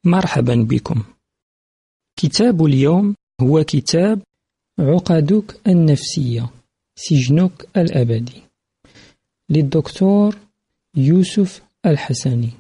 مرحبا بكم. كتاب اليوم هو كتاب عقدك النفسية سجنك الأبدي للدكتور يوسف الحسني.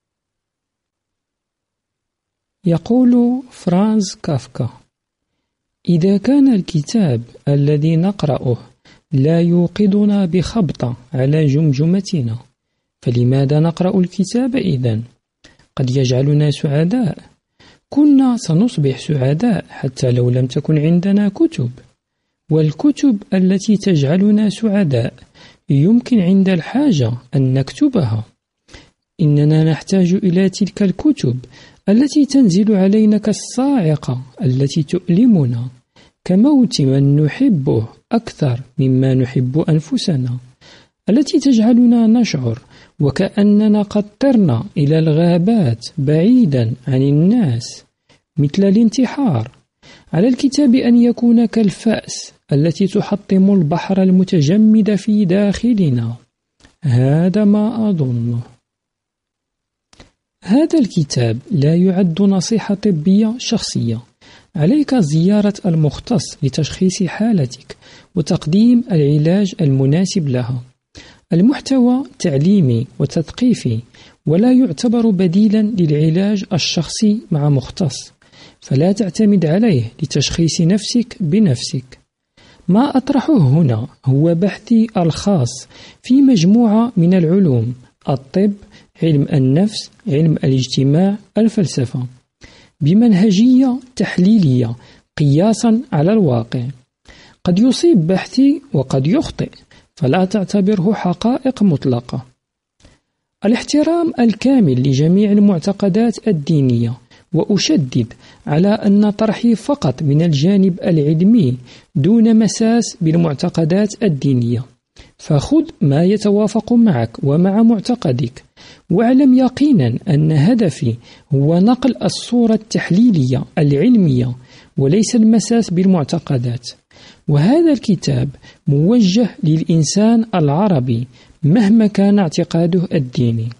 يقول فرانز كافكا: إذا كان الكتاب الذي نقرأه لا يوقظنا بخبطة على جمجمتنا، فلماذا نقرأ الكتاب إذن؟ قد يجعلنا سعداء. كنا سنصبح سعداء حتى لو لم تكن عندنا كتب، والكتب التي تجعلنا سعداء يمكن عند الحاجة أن نكتبها. إننا نحتاج إلى تلك الكتب التي تنزل علينا كالصاعقة التي تؤلمنا، كموت من نحبه أكثر مما نحب أنفسنا، التي تجعلنا نشعر وكأننا قد طرنا إلى الغابات بعيدا عن الناس، مثل الانتحار. على الكتاب أن يكون كالفأس التي تحطم البحر المتجمد في داخلنا. هذا ما أظنه. هذا الكتاب لا يعد نصيحة طبية شخصية. عليك زيارة المختص لتشخيص حالتك وتقديم العلاج المناسب لها. المحتوى تعليمي وتثقيفي، ولا يعتبر بديلا للعلاج الشخصي مع مختص، فلا تعتمد عليه لتشخيص نفسك بنفسك. ما أطرحه هنا هو بحثي الخاص في مجموعة من العلوم: الطب، علم النفس، علم الاجتماع، الفلسفة، بمنهجية تحليلية قياسا على الواقع. قد يصيب بحثي وقد يخطئ، فلا تعتبره حقائق مطلقة. الاحترام الكامل لجميع المعتقدات الدينية، وأشدد على أن طرحي فقط من الجانب العلمي دون مساس بالمعتقدات الدينية. فخذ ما يتوافق معك ومع معتقدك، واعلم يقينا أن هدفي هو نقل الصورة التحليلية العلمية وليس المساس بالمعتقدات. وهذا الكتاب موجه للإنسان العربي مهما كان اعتقاده الديني.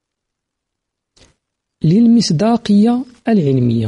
للمصداقية العلمية،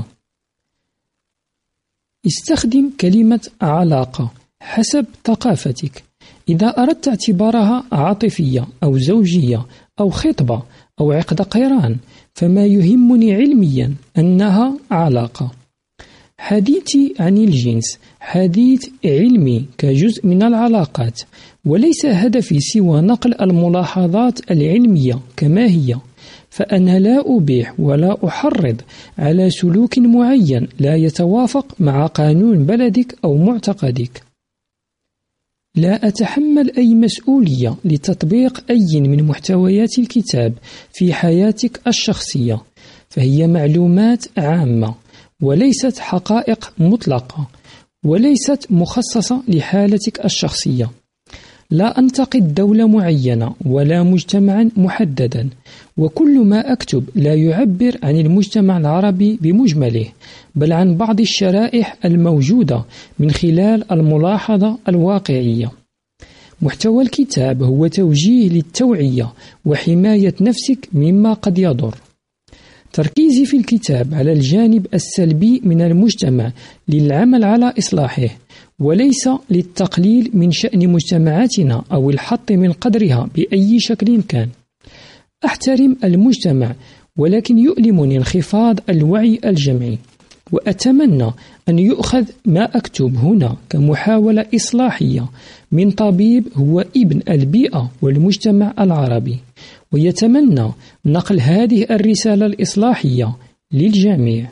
استخدم كلمة علاقة حسب ثقافتك. إذا أردت اعتبارها عاطفية أو زوجية أو خطبة أو عقد قران، فما يهمني علميا أنها علاقة. حديثي عن الجنس حديث علمي كجزء من العلاقات، وليس هدفي سوى نقل الملاحظات العلمية كما هي. فأنا لا أبيح ولا أحرض على سلوك معين لا يتوافق مع قانون بلدك أو معتقدك. لا أتحمل أي مسؤولية لتطبيق أي من محتويات الكتاب في حياتك الشخصية، فهي معلومات عامة وليست حقائق مطلقة، وليست مخصصة لحالتك الشخصية. لا أنتقد دولة معينة ولا مجتمعا محددا، وكل ما أكتب لا يعبر عن المجتمع العربي بمجمله، بل عن بعض الشرائح الموجودة من خلال الملاحظة الواقعية. محتوى الكتاب هو توجيه للتوعية وحماية نفسك مما قد يضر. تركيزي في الكتاب على الجانب السلبي من المجتمع للعمل على إصلاحه، وليس للتقليل من شأن مجتمعاتنا أو الحط من قدرها بأي شكل كان. أحترم المجتمع، ولكن يؤلمني انخفاض الوعي الجمعي، وأتمنى أن يؤخذ ما أكتب هنا كمحاولة إصلاحية من طبيب هو ابن البيئة والمجتمع العربي، ويتمنى نقل هذه الرسالة الإصلاحية للجميع.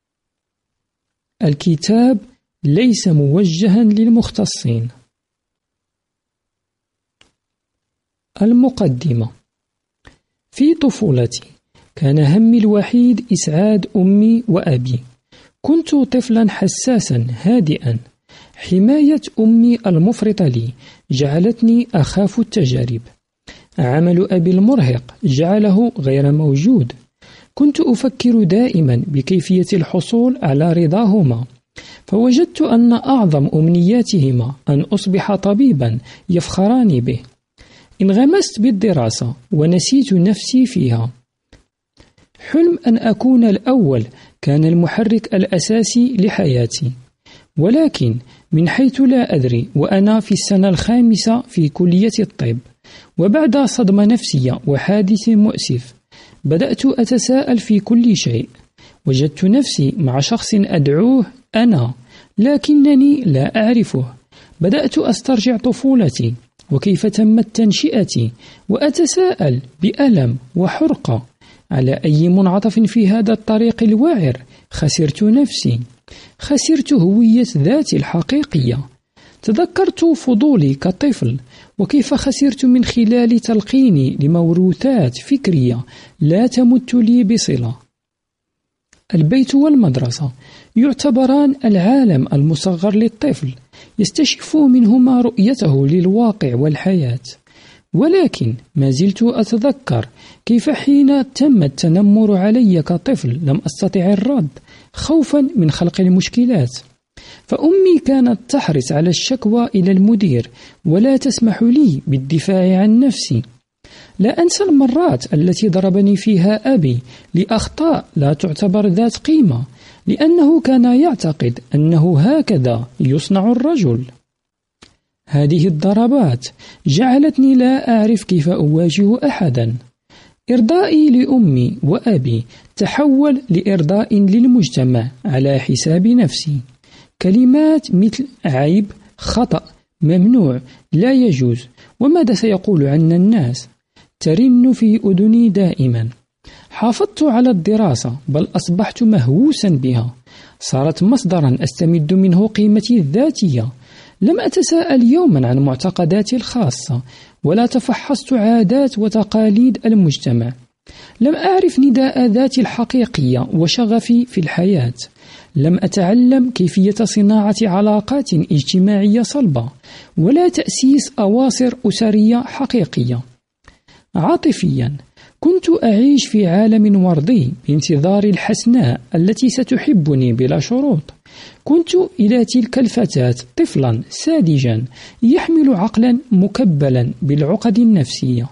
الكتاب ليس موجها للمختصين. المقدمة. في طفولتي كان همي الوحيد إسعاد أمي وأبي. كنت طفلا حساسا هادئا. حماية أمي المفرطة لي جعلتني أخاف التجارب. عمل أبي المرهق جعله غير موجود. كنت أفكر دائما بكيفية الحصول على رضاهما، فوجدت أن أعظم أمنياتهما أن أصبح طبيبا يفخران به. انغمست بالدراسة ونسيت نفسي فيها. حلم أن أكون الأول كان المحرك الأساسي لحياتي، ولكن من حيث لا أدري وأنا في السنة الخامسة في كلية الطب، وبعد صدمة نفسية وحادث مؤسف، بدأت أتساءل في كل شيء. وجدت نفسي مع شخص أدعوه أنا، لكنني لا أعرفه. بدأت أسترجع طفولتي وكيف تمت تنشئتي، وأتساءل بألم وحرقة على أي منعطف في هذا الطريق الوعر خسرت نفسي، خسرت هوية ذاتي الحقيقية. تذكرت فضولي كطفل وكيف خسرت من خلال تلقيني لموروثات فكرية لا تمت لي بصلة. البيت والمدرسة يعتبران العالم المصغر للطفل، يستشف منهما رؤيته للواقع والحياة. ولكن ما زلت أتذكر كيف حين تم التنمر علي كطفل لم أستطع الرد خوفا من خلق المشكلات، فأمي كانت تحرص على الشكوى إلى المدير ولا تسمح لي بالدفاع عن نفسي. لا أنسى المرات التي ضربني فيها أبي لأخطاء لا تعتبر ذات قيمة، لأنه كان يعتقد أنه هكذا يصنع الرجل. هذه الضربات جعلتني لا أعرف كيف أواجه أحدا. إرضائي لأمي وأبي تحول لإرضاء للمجتمع على حساب نفسي. كلمات مثل عيب، خطأ، ممنوع، لا يجوز، وماذا سيقول عنا الناس ترن في أذني دائما. حافظت على الدراسة، بل أصبحت مهووسا بها، صارت مصدرا أستمد منه قيمتي الذاتية. لم أتساءل يوما عن معتقداتي الخاصة، ولا تفحصت عادات وتقاليد المجتمع. لم أعرف نداء ذاتي الحقيقية وشغفي في الحياة. لم أتعلم كيفية صناعة علاقات اجتماعية صلبة، ولا تأسيس أواصر أسرية حقيقية. عاطفيا كنت أعيش في عالم وردي بانتظار الحسناء التي ستحبني بلا شروط. كنت إلى تلك الفتاة طفلا ساذجا يحمل عقلا مكبلا بالعقد النفسية.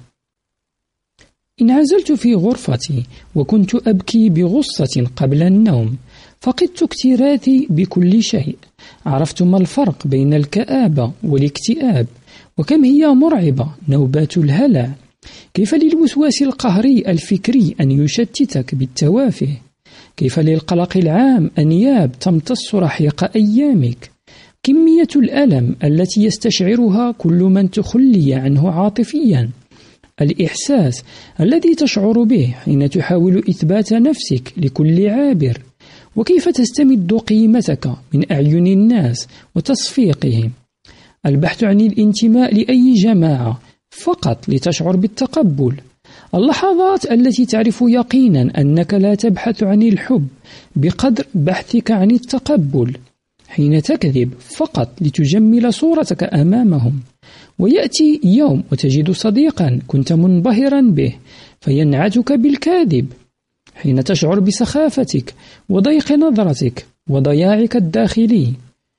انعزلت في غرفتي وكنت أبكي بغصة قبل النوم. فقدت اكتراثي بكل شيء. عرفت ما الفرق بين الكآبة والاكتئاب، وكم هي مرعبة نوبات الهلع. كيف للوسواس القهري الفكري أن يشتتك بالتوافه. كيف للقلق العام أنياب تمتص رحيق أيامك. كمية الألم التي يستشعرها كل من تخلي عنه عاطفيا. الإحساس الذي تشعر به حين تحاول إثبات نفسك لكل عابر. وكيف تستمد قيمتك من أعين الناس وتصفيقهم. البحث عن الانتماء لأي جماعة فقط لتشعر بالتقبل. اللحظات التي تعرف يقينا أنك لا تبحث عن الحب بقدر بحثك عن التقبل. حين تكذب فقط لتجمل صورتك أمامهم. ويأتي يوم وتجد صديقا كنت منبهرا به فينعتك بالكاذب. حين تشعر بسخافتك وضيق نظرتك وضياعك الداخلي.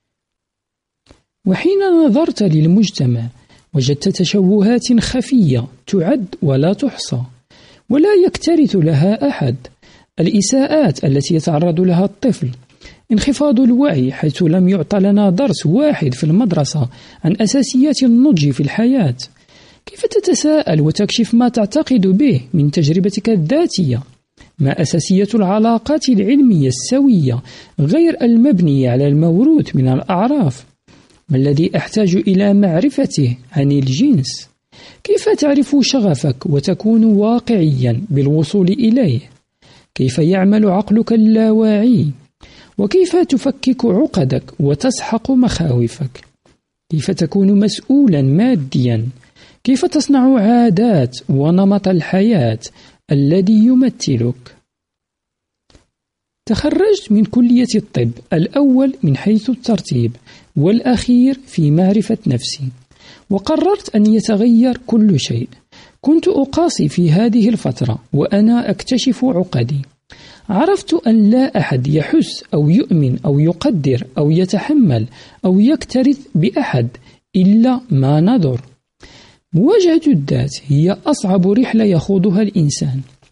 وحين نظرت للمجتمع وجدت تشوهات خفية تعد ولا تحصى ولا يكترث لها أحد. الإساءات التي يتعرض لها الطفل، انخفاض الوعي حيث لم يعطى لنا درس واحد في المدرسة عن أساسيات النضج في الحياة. كيف تتساءل وتكشف ما تعتقد به من تجربتك الذاتية؟ ما أساسية العلاقات العلمية السوية غير المبنية على الموروث من الأعراف؟ ما الذي أحتاج إلى معرفته عن الجنس؟ كيف تعرف شغفك وتكون واقعيا بالوصول إليه؟ كيف يعمل عقلك اللاواعي؟ وكيف تفكك عقدك وتسحق مخاوفك؟ كيف تكون مسؤولا ماديا؟ كيف تصنع عادات ونمط الحياة الذي يمثلك؟ تخرجت من كلية الطب، الأول من حيث الترتيب والأخير في معرفة نفسي، وقررت أن يتغير كل شيء. كنت أقاسي في هذه الفترة وأنا أكتشف عقدي. عرفت أن لا أحد يحس أو يؤمن أو يقدر أو يتحمل أو يكترث بأحد إلا ما نظر. مواجهة الذات هي أصعب رحلة يخوضها الإنسان.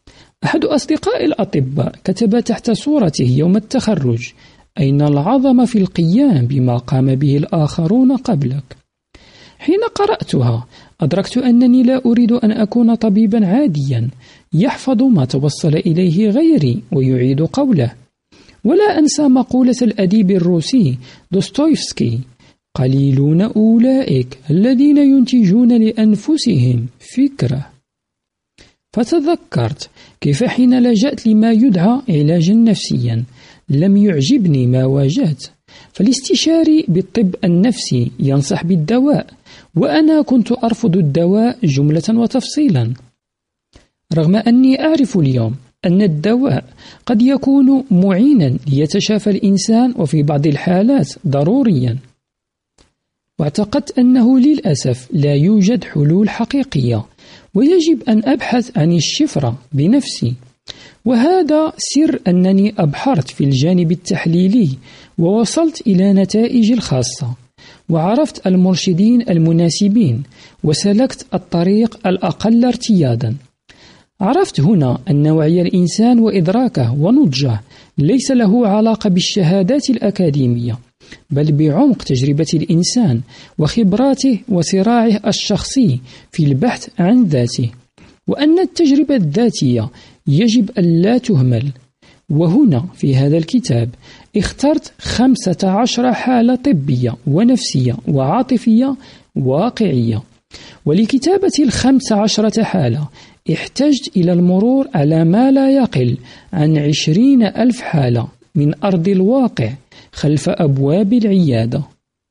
أحد أصدقاء الأطباء كتب تحت صورته يوم التخرج: أين العظمة في القيام بما قام به الآخرون قبلك؟ حين قرأتها أدركت أنني لا أريد أن أكون طبيبا عاديا يحفظ ما توصل إليه غيري ويعيد قوله. ولا أنسى مقولة الأديب الروسي دوستويفسكي: قليلون أولئك الذين ينتجون لأنفسهم فكرة. فتذكرت كيف حين لجأت لما يدعى علاجا نفسيا لم يعجبني ما واجهت، فالاستشاري بالطب النفسي ينصح بالدواء وأنا كنت أرفض الدواء جملة وتفصيلا، رغم أني أعرف اليوم أن الدواء قد يكون معينا ليتشافى الإنسان وفي بعض الحالات ضروريا. واعتقدت أنه للأسف لا يوجد حلول حقيقية ويجب أن أبحث عن الشفرة بنفسي، وهذا سر أنني أبحرت في الجانب التحليلي ووصلت إلى نتائج الخاصة وعرفت المرشدين المناسبين وسلكت الطريق الأقل ارتيادا. عرفت هنا أن وعي الإنسان وإدراكه ونضجه ليس له علاقة بالشهادات الأكاديمية، بل بعمق تجربة الإنسان وخبراته وصراعه الشخصي في البحث عن ذاته، وأن التجربة الذاتية يجب أن لا تهمل. وهنا في هذا الكتاب اخترت 15 حالة طبية ونفسية وعاطفية واقعية. ولكتابة 15 حالة احتجت إلى المرور على ما لا يقل عن 20,000 حالة من أرض الواقع خلف أبواب العيادة.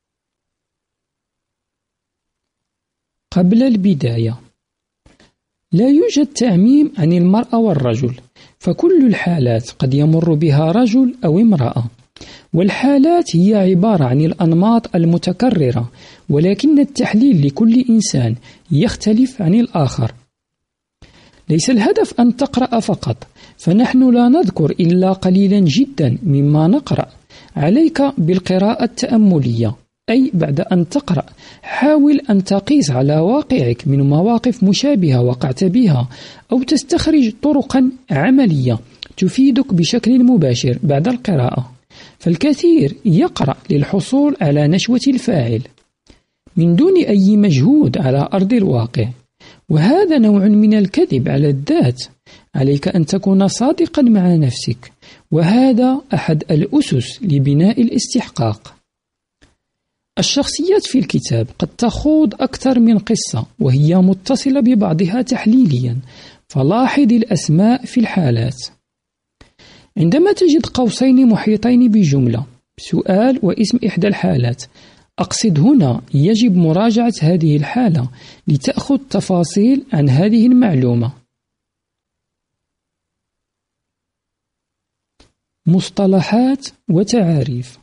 قبل البداية، لا يوجد تعميم عن المرأة والرجل، فكل الحالات قد يمر بها رجل أو امرأة، والحالات هي عبارة عن الأنماط المتكررة، ولكن التحليل لكل إنسان يختلف عن الآخر. ليس الهدف أن تقرأ فقط، فنحن لا نذكر إلا قليلا جدا مما نقرأ. عليك بالقراءة التأملية، أي بعد أن تقرأ حاول أن تقيس على واقعك من مواقف مشابهة وقعت بها، أو تستخرج طرقا عملية تفيدك بشكل مباشر بعد القراءة. فالكثير يقرأ للحصول على نشوة الفاعل من دون أي مجهود على أرض الواقع، وهذا نوع من الكذب على الذات. عليك أن تكون صادقا مع نفسك، وهذا أحد الأسس لبناء الاستحقاق. الشخصيات في الكتاب قد تخوض أكثر من قصة وهي متصلة ببعضها تحليليا، فلاحظ الأسماء في الحالات. عندما تجد قوسين محيطين بجملة سؤال واسم إحدى الحالات، أقصد هنا يجب مراجعة هذه الحالة لتأخذ تفاصيل عن هذه المعلومة. مصطلحات وتعاريف.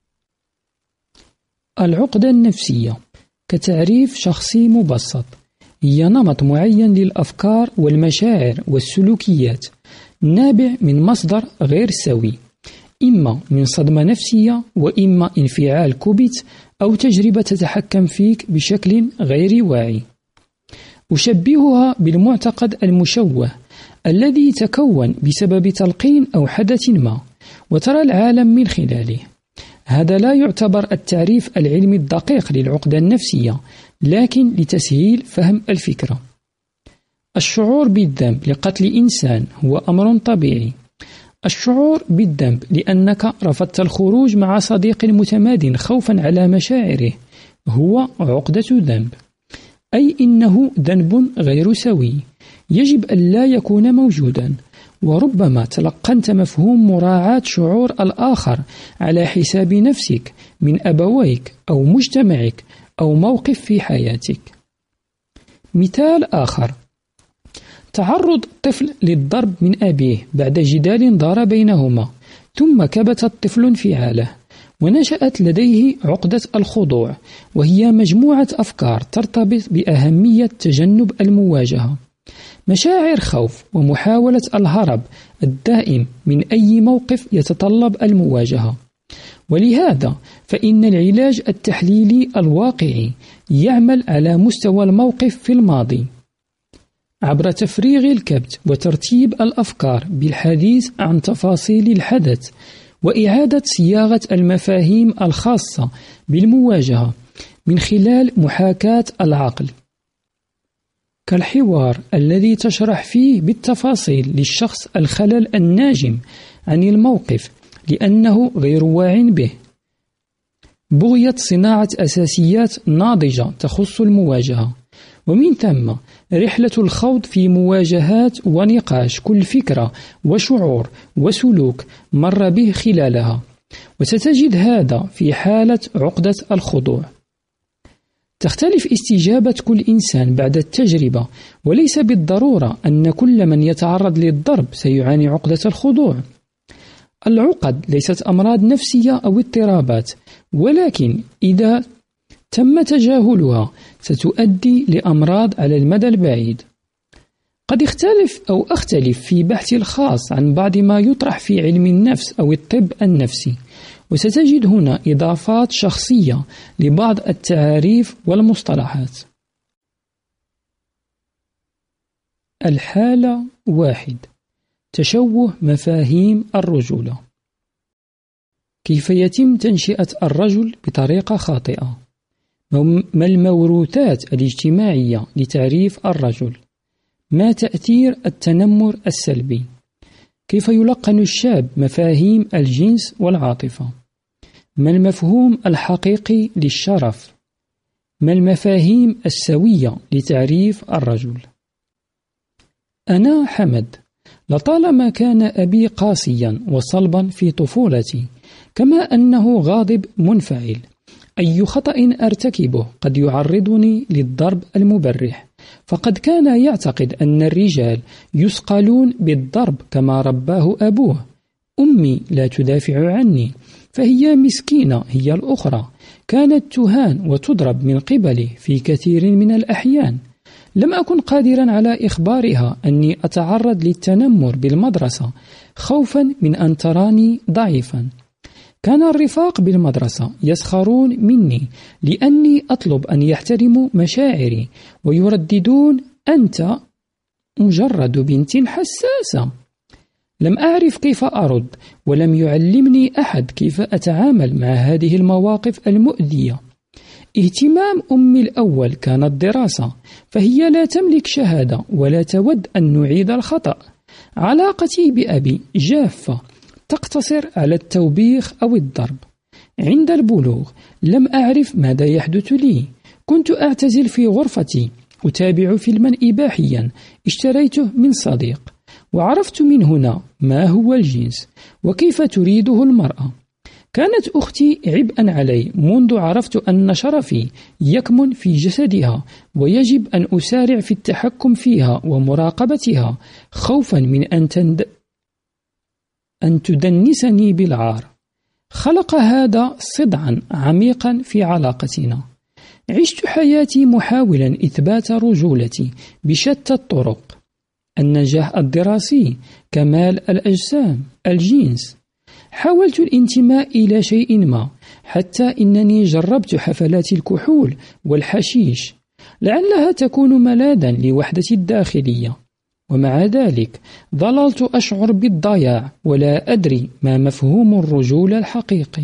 العقدة النفسية كتعريف شخصي مبسط هي نمط معين للأفكار والمشاعر والسلوكيات نابع من مصدر غير سوي، إما من صدمة نفسية وإما انفعال كبت أو تجربة تتحكم فيك بشكل غير واعي. أشبهها بالمعتقد المشوه الذي تكون بسبب تلقين أو حدث ما وترى العالم من خلاله. هذا لا يعتبر التعريف العلمي الدقيق للعقدة النفسية، لكن لتسهيل فهم الفكرة. الشعور بالذنب لقتل إنسان هو أمر طبيعي. الشعور بالذنب لأنك رفضت الخروج مع صديق متماد خوفا على مشاعره هو عقدة ذنب، أي إنه ذنب غير سوي يجب أن لا يكون موجودا. وربما تلقنت مفهوم مراعاة شعور الآخر على حساب نفسك من أبويك أو مجتمعك أو موقف في حياتك. مثال آخر: تعرض طفل للضرب من أبيه بعد جدال دار بينهما، ثم كبت الطفل انفعاله ونشأت لديه عقدة الخضوع، وهي مجموعة أفكار ترتبط بأهمية تجنب المواجهة، مشاعر خوف ومحاولة الهرب الدائم من أي موقف يتطلب المواجهة. ولهذا فإن العلاج التحليلي الواقعي يعمل على مستوى الموقف في الماضي. عبر تفريغ الكبت وترتيب الأفكار بالحديث عن تفاصيل الحدث وإعادة صياغة المفاهيم الخاصة بالمواجهة من خلال محاكاة العقل، كالحوار الذي تشرح فيه بالتفاصيل للشخص الخلل الناجم عن الموقف لأنه غير واع به، بغية صناعة أساسيات ناضجة تخص المواجهة، ومن ثم رحلة الخوض في مواجهات ونقاش كل فكرة وشعور وسلوك مر به خلالها، وستجد هذا في حالة عقدة الخضوع. تختلف استجابة كل إنسان بعد التجربة، وليس بالضرورة أن كل من يتعرض للضرب سيعاني عقدة الخضوع. العقد ليست أمراض نفسية أو اضطرابات، ولكن إذا تم تجاهلها ستؤدي لأمراض على المدى البعيد. قد أختلف في بحثي الخاص عن بعض ما يطرح في علم النفس أو الطب النفسي، وستجد هنا إضافات شخصية لبعض التعاريف والمصطلحات. الحالة 1: تشوه مفاهيم الرجولة. كيف يتم تنشئة الرجل بطريقة خاطئة؟ ما الموروثات الاجتماعية لتعريف الرجل؟ ما تأثير التنمر السلبي؟ كيف يلقن الشاب مفاهيم الجنس والعاطفة؟ ما المفهوم الحقيقي للشرف؟ ما المفاهيم السوية لتعريف الرجل؟ أنا حمد، لطالما كان أبي قاسيا وصلبا في طفولتي، كما أنه غاضب منفعل. أي خطأ أرتكبه قد يعرضني للضرب المبرح، فقد كان يعتقد أن الرجال يثقلون بالضرب كما رباه أبوه. أمي لا تدافع عني، فهي مسكينة هي الأخرى، كانت تهان وتضرب من قبلي في كثير من الأحيان. لم أكن قادرا على إخبارها أني أتعرض للتنمر بالمدرسة خوفا من أن تراني ضعيفا. كان الرفاق بالمدرسة يسخرون مني لأني أطلب أن يحترموا مشاعري ويرددون: أنت مجرد بنت حساسة. لم أعرف كيف أرد، ولم يعلمني أحد كيف أتعامل مع هذه المواقف المؤذية. اهتمام أمي الأول كان الدراسة، فهي لا تملك شهادة ولا تود أن نعيد الخطأ. علاقتي بأبي جافة، تقتصر على التوبيخ أو الضرب. عند البلوغ لم أعرف ماذا يحدث لي، كنت أعتزل في غرفتي، أتابع فيلما إباحيا اشتريته من صديق، وعرفت من هنا ما هو الجنس وكيف تريده المرأة. كانت أختي عبئا علي منذ عرفت أن شرفي يكمن في جسدها، ويجب أن أسارع في التحكم فيها ومراقبتها خوفا من أن تدنسني بالعار. خلق هذا صدعا عميقا في علاقتنا. عشت حياتي محاولا إثبات رجولتي بشتى الطرق: النجاح الدراسي، كمال الأجسام، الجنس. حاولت الانتماء إلى شيء ما، حتى إنني جربت حفلات الكحول والحشيش، لعلها تكون ملاذا لوحدتي الداخلية. ومع ذلك ظللت أشعر بالضياع ولا أدري ما مفهوم الرجولة الحقيقي.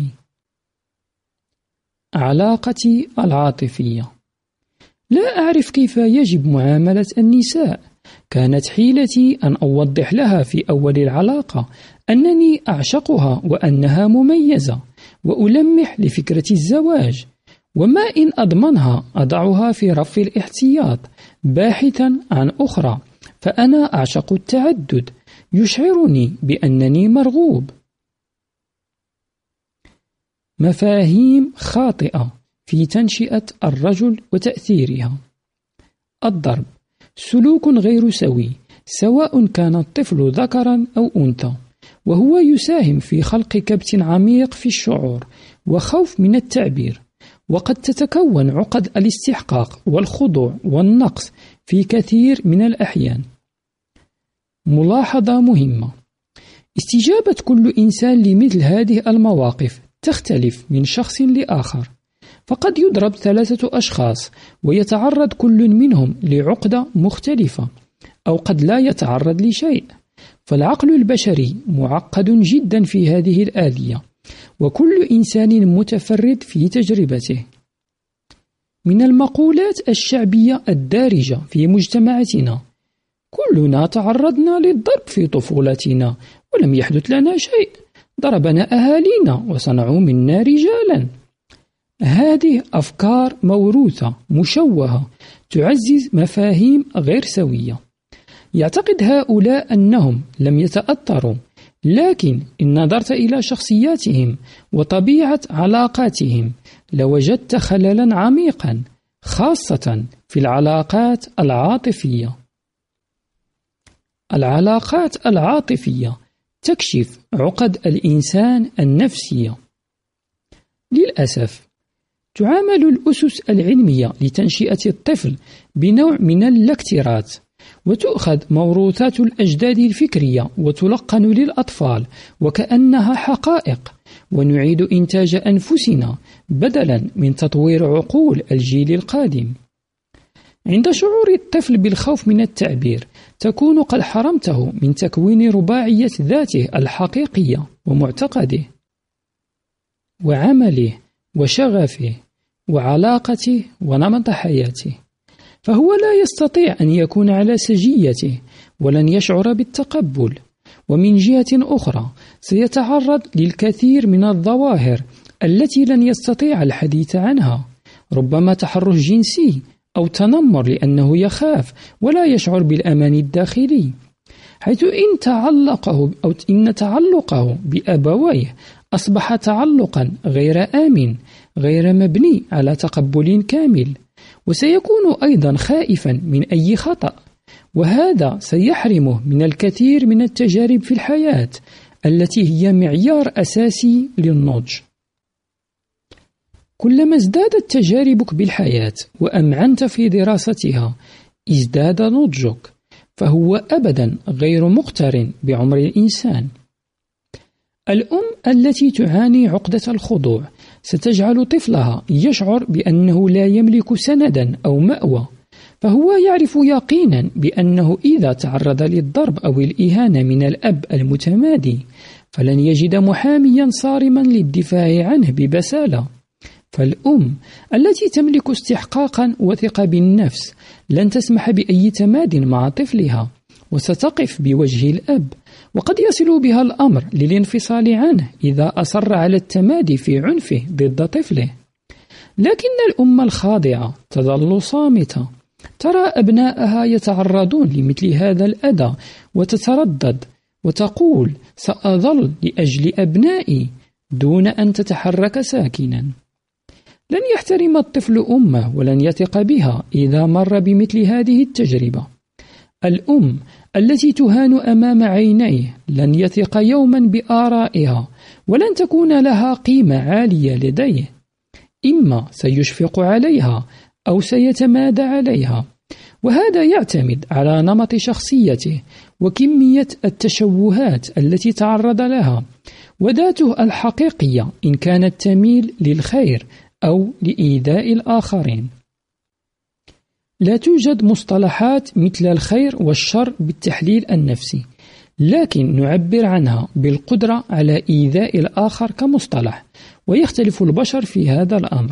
علاقتي العاطفية. لا أعرف كيف يجب معاملة النساء. كانت حيلتي أن أوضح لها في أول العلاقة أنني أعشقها وأنها مميزة، وألمح لفكرة الزواج، وما إن أضمنها أضعها في رف الاحتياط باحثا عن أخرى، فأنا أعشق التعدد، يشعرني بأنني مرغوب. مفاهيم خاطئة في تنشئة الرجل وتأثيرها. الضرب سلوك غير سوي، سواء كان الطفل ذكرا أو أنثى، وهو يساهم في خلق كبت عميق في الشعور وخوف من التعبير. وقد تتكون عقد الاستحقاق والخضوع والنقص في كثير من الأحيان. ملاحظة مهمة: استجابة كل إنسان لمثل هذه المواقف تختلف من شخص لآخر، فقد يضرب 3 أشخاص ويتعرض كل منهم لعقدة مختلفة. أو قد لا يتعرض لشيء. فالعقل البشري معقد جدا في هذه الآلية، وكل إنسان متفرد في تجربته. من المقولات الشعبية الدارجة في مجتمعاتنا: كلنا تعرضنا للضرب في طفولتنا ولم يحدث لنا شيء، ضربنا أهالينا وصنعوا منا رجالا. هذه أفكار موروثة مشوهة تعزز مفاهيم غير سوية. يعتقد هؤلاء أنهم لم يتأثروا، لكن إن نظرت إلى شخصياتهم وطبيعة علاقاتهم لوجدت خللا عميقا، خاصة في العلاقات العاطفية. العلاقات العاطفية تكشف عقد الإنسان النفسية. للأسف تعامل الأسس العلمية لتنشئة الطفل بنوع من الاكتراث، وتؤخذ موروثات الأجداد الفكرية وتلقن للأطفال وكأنها حقائق، ونعيد إنتاج أنفسنا بدلا من تطوير عقول الجيل القادم. عند شعور الطفل بالخوف من التعبير تكون قد حرمته من تكوين رباعية ذاته الحقيقية ومعتقده وعمله وشغفه وعلاقته ونمط حياته، فهو لا يستطيع أن يكون على سجيته ولن يشعر بالتقبل. ومن جهة أخرى سيتعرض للكثير من الظواهر التي لن يستطيع الحديث عنها، ربما تحرش جنسي أو تنمر لأنه يخاف ولا يشعر بالأمان الداخلي، حيث إن تعلقه بأبويه أصبح تعلقا غير آمن، غير مبني على تقبل كامل، وسيكون أيضا خائفا من أي خطأ، وهذا سيحرمه من الكثير من التجارب في الحياة التي هي معيار أساسي للنضج. كلما ازدادت تجاربك بالحياة وأمعنت في دراستها ازداد نضجك، فهو أبدا غير مقترن بعمر الإنسان. الأم التي تعاني عقدة الخضوع ستجعل طفلها يشعر بأنه لا يملك سندا أو مأوى، فهو يعرف يقينا بأنه إذا تعرض للضرب أو الإهانة من الأب المتمادي فلن يجد محاميا صارما للدفاع عنه ببسالة. فالأم التي تملك استحقاقا وثقة بالنفس لن تسمح بأي تماد مع طفلها، وستقف بوجه الأب، وقد يصل بها الأمر للانفصال عنه إذا أصر على التمادي في عنفه ضد طفله. لكن الأم الخاضعة تظل صامتة، ترى أبنائها يتعرضون لمثل هذا الأذى وتتردد وتقول: سأظل لأجل أبنائي، دون أن تتحرك ساكنا. لن يحترم الطفل أمه ولن يثق بها إذا مر بمثل هذه التجربة. الأم التي تهان أمام عينيه لن يثق يوما بآرائها ولن تكون لها قيمة عالية لديه، إما سيشفق عليها أو سيتمادى عليها، وهذا يعتمد على نمط شخصيته وكمية التشوهات التي تعرض لها وذاته الحقيقية إن كانت تميل للخير أو لإيذاء الآخرين. لا توجد مصطلحات مثل الخير والشر بالتحليل النفسي، لكن نعبر عنها بالقدرة على إيذاء الآخر كمصطلح، ويختلف البشر في هذا الأمر.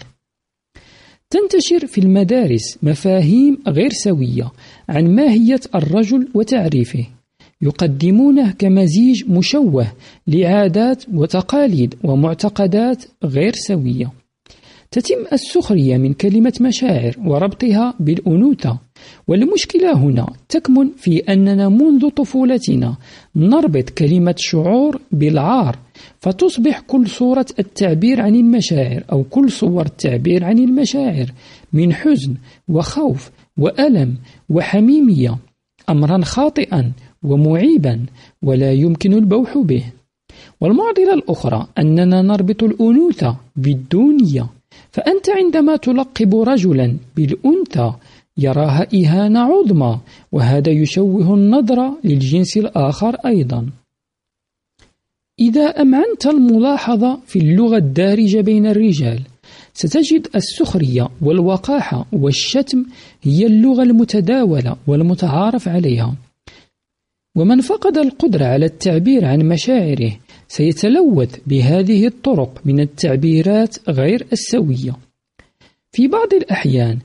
تنتشر في المدارس مفاهيم غير سوية عن ماهية الرجل وتعريفه، يقدمونه كمزيج مشوه لعادات وتقاليد ومعتقدات غير سوية. تتم السخرية من كلمة مشاعر وربطها بالأنوثة، والمشكلة هنا تكمن في أننا منذ طفولتنا نربط كلمة شعور بالعار، فتصبح كل صورة التعبير عن المشاعر أو كل صور التعبير عن المشاعر من حزن وخوف وألم وحميمية أمرا خاطئا ومعيبا ولا يمكن البوح به. والمعضلة الأخرى أننا نربط الأنوثة بالدونية، فأنت عندما تلقب رجلا بالأنثى يراها إهانة عظمى، وهذا يشوه النظرة للجنس الآخر أيضا. إذا أمعنت الملاحظة في اللغة الدارجة بين الرجال ستجد السخرية والوقاحة والشتم هي اللغة المتداولة والمتعارف عليها. ومن فقد القدرة على التعبير عن مشاعره سيتلوث بهذه الطرق من التعبيرات غير السوية. في بعض الأحيان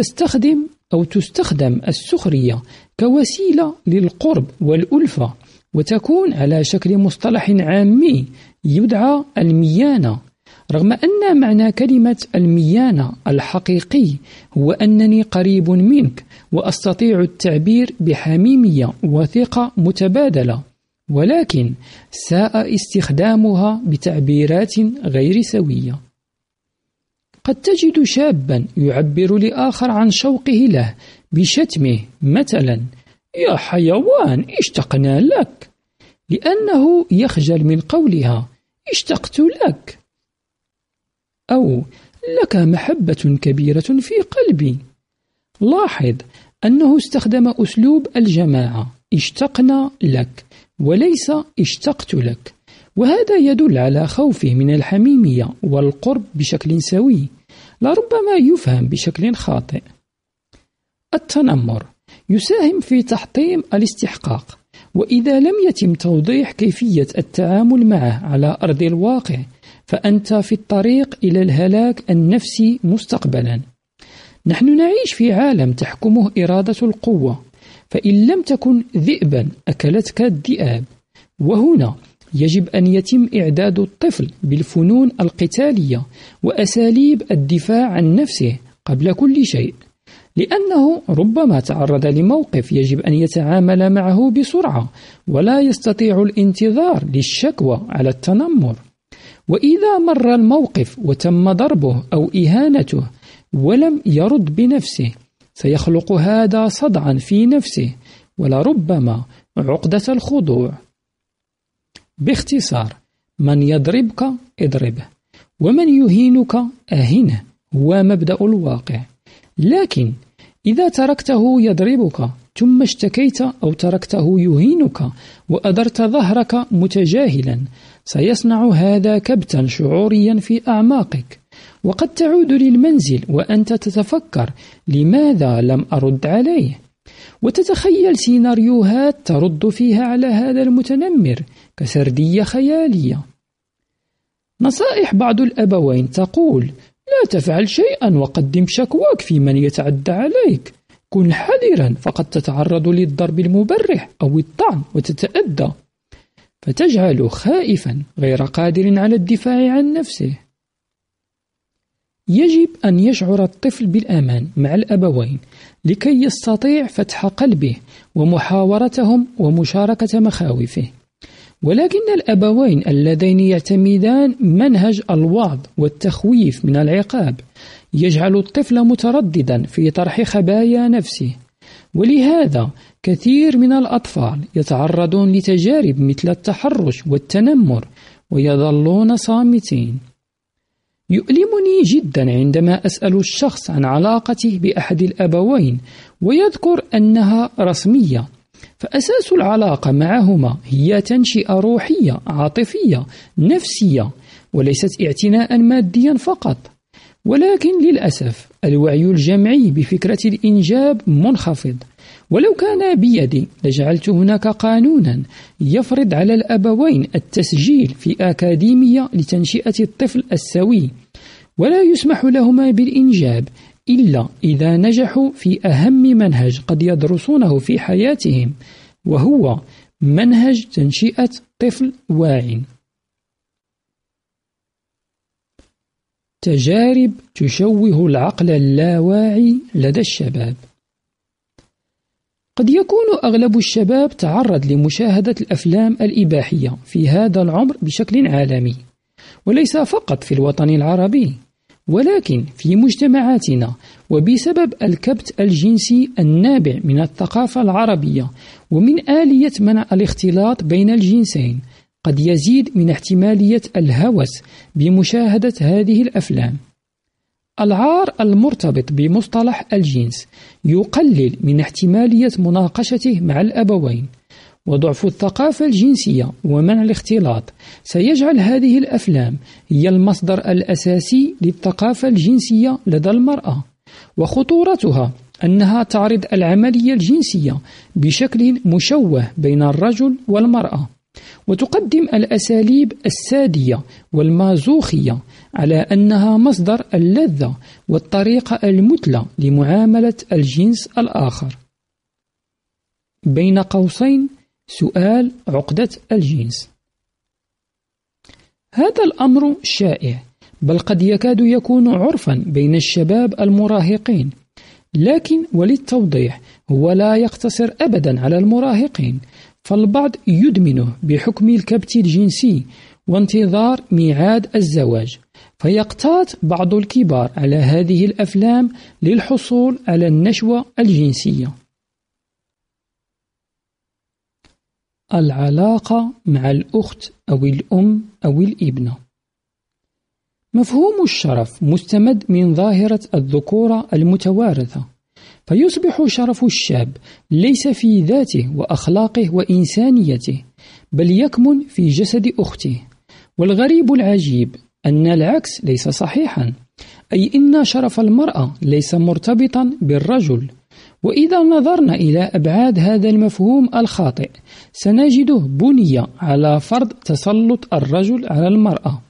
تستخدم السخرية كوسيلة للقرب والألفة، وتكون على شكل مصطلح عامي يدعى الميانة، رغم أن معنى كلمة الميانة الحقيقي هو أنني قريب منك وأستطيع التعبير بحميمية وثقة متبادلة، ولكن ساء استخدامها بتعبيرات غير سوية. قد تجد شابا يعبر لآخر عن شوقه له بشتمه، مثلا يا حيوان اشتقنا لك، لأنه يخجل من قولها اشتقت لك، أو لك محبة كبيرة في قلبي. لاحظ أنه استخدم أسلوب الجماعة اشتقنا لك وليس اشتقت لك، وهذا يدل على خوفه من الحميمية والقرب بشكل سوي، لربما يفهم بشكل خاطئ. التنمر يساهم في تحطيم الاستحقاق، وإذا لم يتم توضيح كيفية التعامل معه على أرض الواقع فأنت في الطريق إلى الهلاك النفسي مستقبلا. نحن نعيش في عالم تحكمه إرادة القوة، فإن لم تكن ذئبا أكلتك الذئاب، وهنا يجب أن يتم إعداد الطفل بالفنون القتالية وأساليب الدفاع عن نفسه قبل كل شيء، لأنه ربما تعرض لموقف يجب أن يتعامل معه بسرعة ولا يستطيع الانتظار للشكوى على التنمر. وإذا مر الموقف وتم ضربه أو إهانته ولم يرد بنفسه سيخلق هذا صدعا في نفسه ولربما عقدة الخضوع. باختصار، من يضربك اضربه، ومن يهينك أهنه، هو مبدأ الواقع. لكن إذا تركته يضربك ثم اشتكيت أو تركته يهينك وأدرت ظهرك متجاهلا سيصنع هذا كبتا شعوريا في أعماقك، وقد تعود للمنزل وأنت تتفكر لماذا لم أرد عليه، وتتخيل سيناريوهات ترد فيها على هذا المتنمر كسردية خيالية. نصائح بعض الأبوين تقول: لا تفعل شيئا وقدم شكواك في من يتعدى عليك، كن حذرا فقد تتعرض للضرب المبرح أو الطعن وتتأذى، فتجعله خائفا غير قادر على الدفاع عن نفسه. يجب أن يشعر الطفل بالأمان مع الأبوين لكي يستطيع فتح قلبه ومحاورتهم ومشاركة مخاوفه، ولكن الأبوين اللذين يعتمدان منهج الوعظ والتخويف من العقاب يجعل الطفل مترددا في طرح خبايا نفسه، ولهذا كثير من الأطفال يتعرضون لتجارب مثل التحرش والتنمر ويظلون صامتين. يؤلمني جدا عندما أسأل الشخص عن علاقته بأحد الأبوين ويذكر أنها رسمية، فأساس العلاقة معهما هي تنشئة روحية عاطفية نفسية وليست اعتناء ماديا فقط. ولكن للأسف الوعي الجمعي بفكرة الإنجاب منخفض، ولو كان بيدي لجعلت هناك قانونا يفرض على الأبوين التسجيل في أكاديمية لتنشئة الطفل السوي، ولا يسمح لهما بالإنجاب إلا إذا نجحوا في أهم منهج قد يدرسونه في حياتهم، وهو منهج تنشئة طفل واعٍ. تجارب تشوه العقل اللاواعي لدى الشباب. قد يكون أغلب الشباب تعرض لمشاهدة الأفلام الإباحية في هذا العمر بشكل عالمي، وليس فقط في الوطن العربي، ولكن في مجتمعاتنا، وبسبب الكبت الجنسي النابع من الثقافة العربية ومن آلية منع الاختلاط بين الجنسين، قد يزيد من احتمالية الهوس بمشاهدة هذه الأفلام. العار المرتبط بمصطلح الجنس يقلل من احتمالية مناقشته مع الأبوين، وضعف الثقافة الجنسية ومنع الاختلاط سيجعل هذه الأفلام هي المصدر الأساسي للثقافة الجنسية لدى المرأة، وخطورتها أنها تعرض العملية الجنسية بشكل مشوه بين الرجل والمرأة، وتقدم الأساليب السادية والمازوخية على أنها مصدر اللذة والطريقة المثلى لمعاملة الجنس الآخر. بين قوسين سؤال عقدة الجنس. هذا الأمر شائع، بل قد يكاد يكون عرفا بين الشباب المراهقين، لكن وللتوضيح هو لا يقتصر أبدا على المراهقين، فالبعض يدمنه بحكم الكبت الجنسي وانتظار ميعاد الزواج، فيقتات بعض الكبار على هذه الأفلام للحصول على النشوة الجنسية. العلاقة مع الأخت أو الأم أو الابنة. مفهوم الشرف مستمد من ظاهرة الذكورة المتوارثة، فيصبح شرف الشاب ليس في ذاته وأخلاقه وإنسانيته، بل يكمن في جسد أخته. والغريب العجيب أن العكس ليس صحيحا، أي إن شرف المرأة ليس مرتبطا بالرجل. وإذا نظرنا إلى أبعاد هذا المفهوم الخاطئ سنجده بني على فرض تسلط الرجل على المرأة.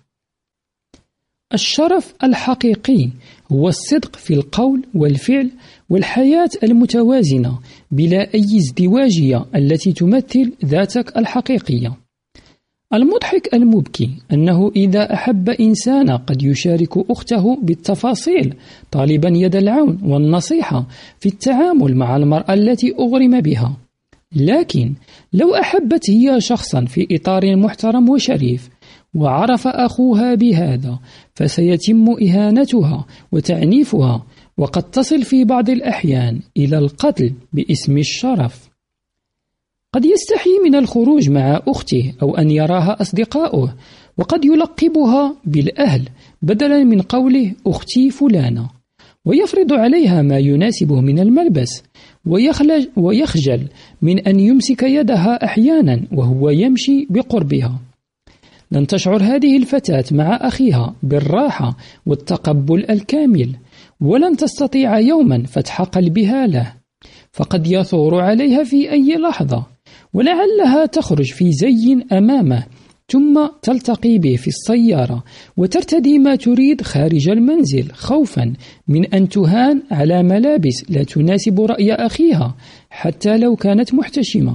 الشرف الحقيقي هو الصدق في القول والفعل والحياة المتوازنة بلا أي ازدواجية التي تمثل ذاتك الحقيقية. المضحك المبكي أنه إذا أحب إنسان قد يشارك أخته بالتفاصيل طالبا يد العون والنصيحة في التعامل مع المرأة التي أغرم بها، لكن لو أحبت هي شخصا في إطار محترم وشريف وعرف أخوها بهذا فسيتم إهانتها وتعنيفها، وقد تصل في بعض الأحيان إلى القتل باسم الشرف. قد يستحي من الخروج مع أخته أو أن يراها أصدقاؤه، وقد يلقبها بالأهل بدلا من قوله أختي فلانة، ويفرض عليها ما يناسبه من الملبس، ويخجل من أن يمسك يدها أحيانا وهو يمشي بقربها. لن تشعر هذه الفتاة مع أخيها بالراحة والتقبل الكامل، ولن تستطيع يوما فتح قلبها له، فقد يثور عليها في أي لحظة، ولعلها تخرج في زي أمامه ثم تلتقي به في السيارة وترتدي ما تريد خارج المنزل خوفا من أن تهان على ملابس لا تناسب رأي أخيها حتى لو كانت محتشمة.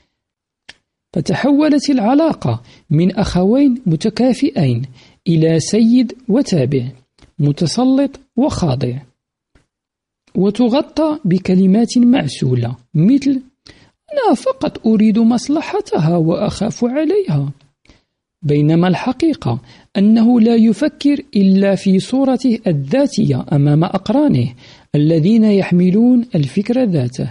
فتحولت العلاقة من أخوين متكافئين إلى سيد وتابع، متسلط وخاضع، وتغطى بكلمات معسولة مثل أنا فقط أريد مصلحتها وأخاف عليها، بينما الحقيقة أنه لا يفكر إلا في صورته الذاتية أمام أقرانه الذين يحملون الفكر ذاته.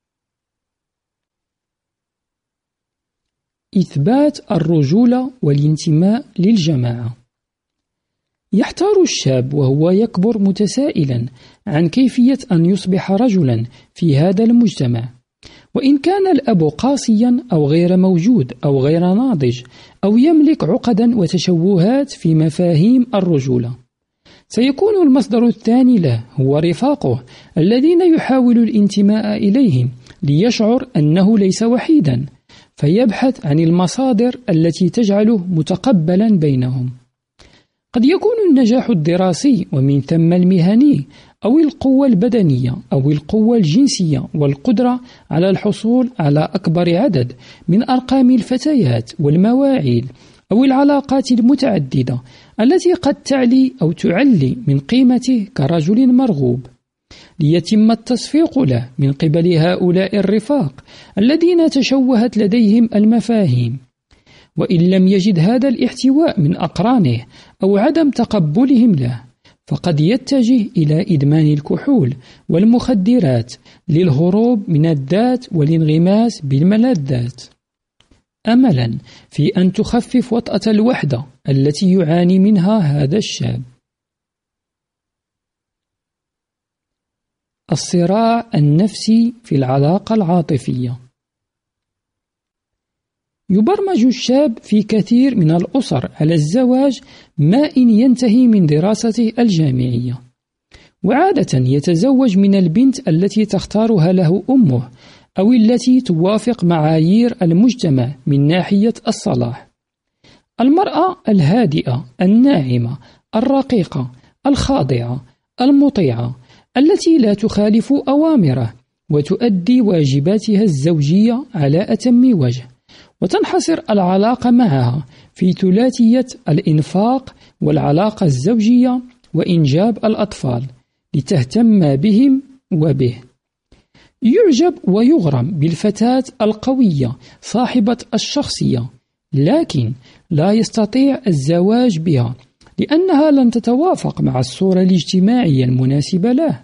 إثبات الرجولة والانتماء للجماعة. يحتار الشاب وهو يكبر متسائلا عن كيفية أن يصبح رجلا في هذا المجتمع، وإن كان الأب قاسيا أو غير موجود أو غير ناضج أو يملك عقدا وتشوهات في مفاهيم الرجولة، سيكون المصدر الثاني له هو رفاقه الذين يحاول الانتماء إليهم ليشعر أنه ليس وحيدا، فيبحث عن المصادر التي تجعله متقبلا بينهم. قد يكون النجاح الدراسي ومن ثم المهني، أو القوة البدنية أو القوة الجنسية والقدرة على الحصول على أكبر عدد من أرقام الفتيات والمواعيد، أو العلاقات المتعددة التي قد تعلي أو تعلي من قيمته كرجل مرغوب، ليتم التصفيق له من قبل هؤلاء الرفاق الذين تشوهت لديهم المفاهيم. وإن لم يجد هذا الاحتواء من أقرانه أو عدم تقبلهم له، فقد يتجه إلى إدمان الكحول والمخدرات للهروب من الذات والانغماس بالملذات، أملا في أن تخفف وطأة الوحدة التي يعاني منها هذا الشاب. الصراع النفسي في العلاقة العاطفية. يبرمج الشاب في كثير من الأسر على الزواج ما إن ينتهي من دراسته الجامعية، وعادة يتزوج من البنت التي تختارها له أمه أو التي توافق معايير المجتمع من ناحية الصلاح. المرأة الهادئة الناعمة الرقيقة الخاضعة المطيعة التي لا تخالف أوامره وتؤدي واجباتها الزوجية على أتم وجه، وتنحصر العلاقة معها في ثلاثية الإنفاق والعلاقة الزوجية وإنجاب الأطفال لتهتم بهم وبه. يعجب ويغرم بالفتاة القوية صاحبة الشخصية، لكن لا يستطيع الزواج بها لأنها لن تتوافق مع الصورة الاجتماعية المناسبة له.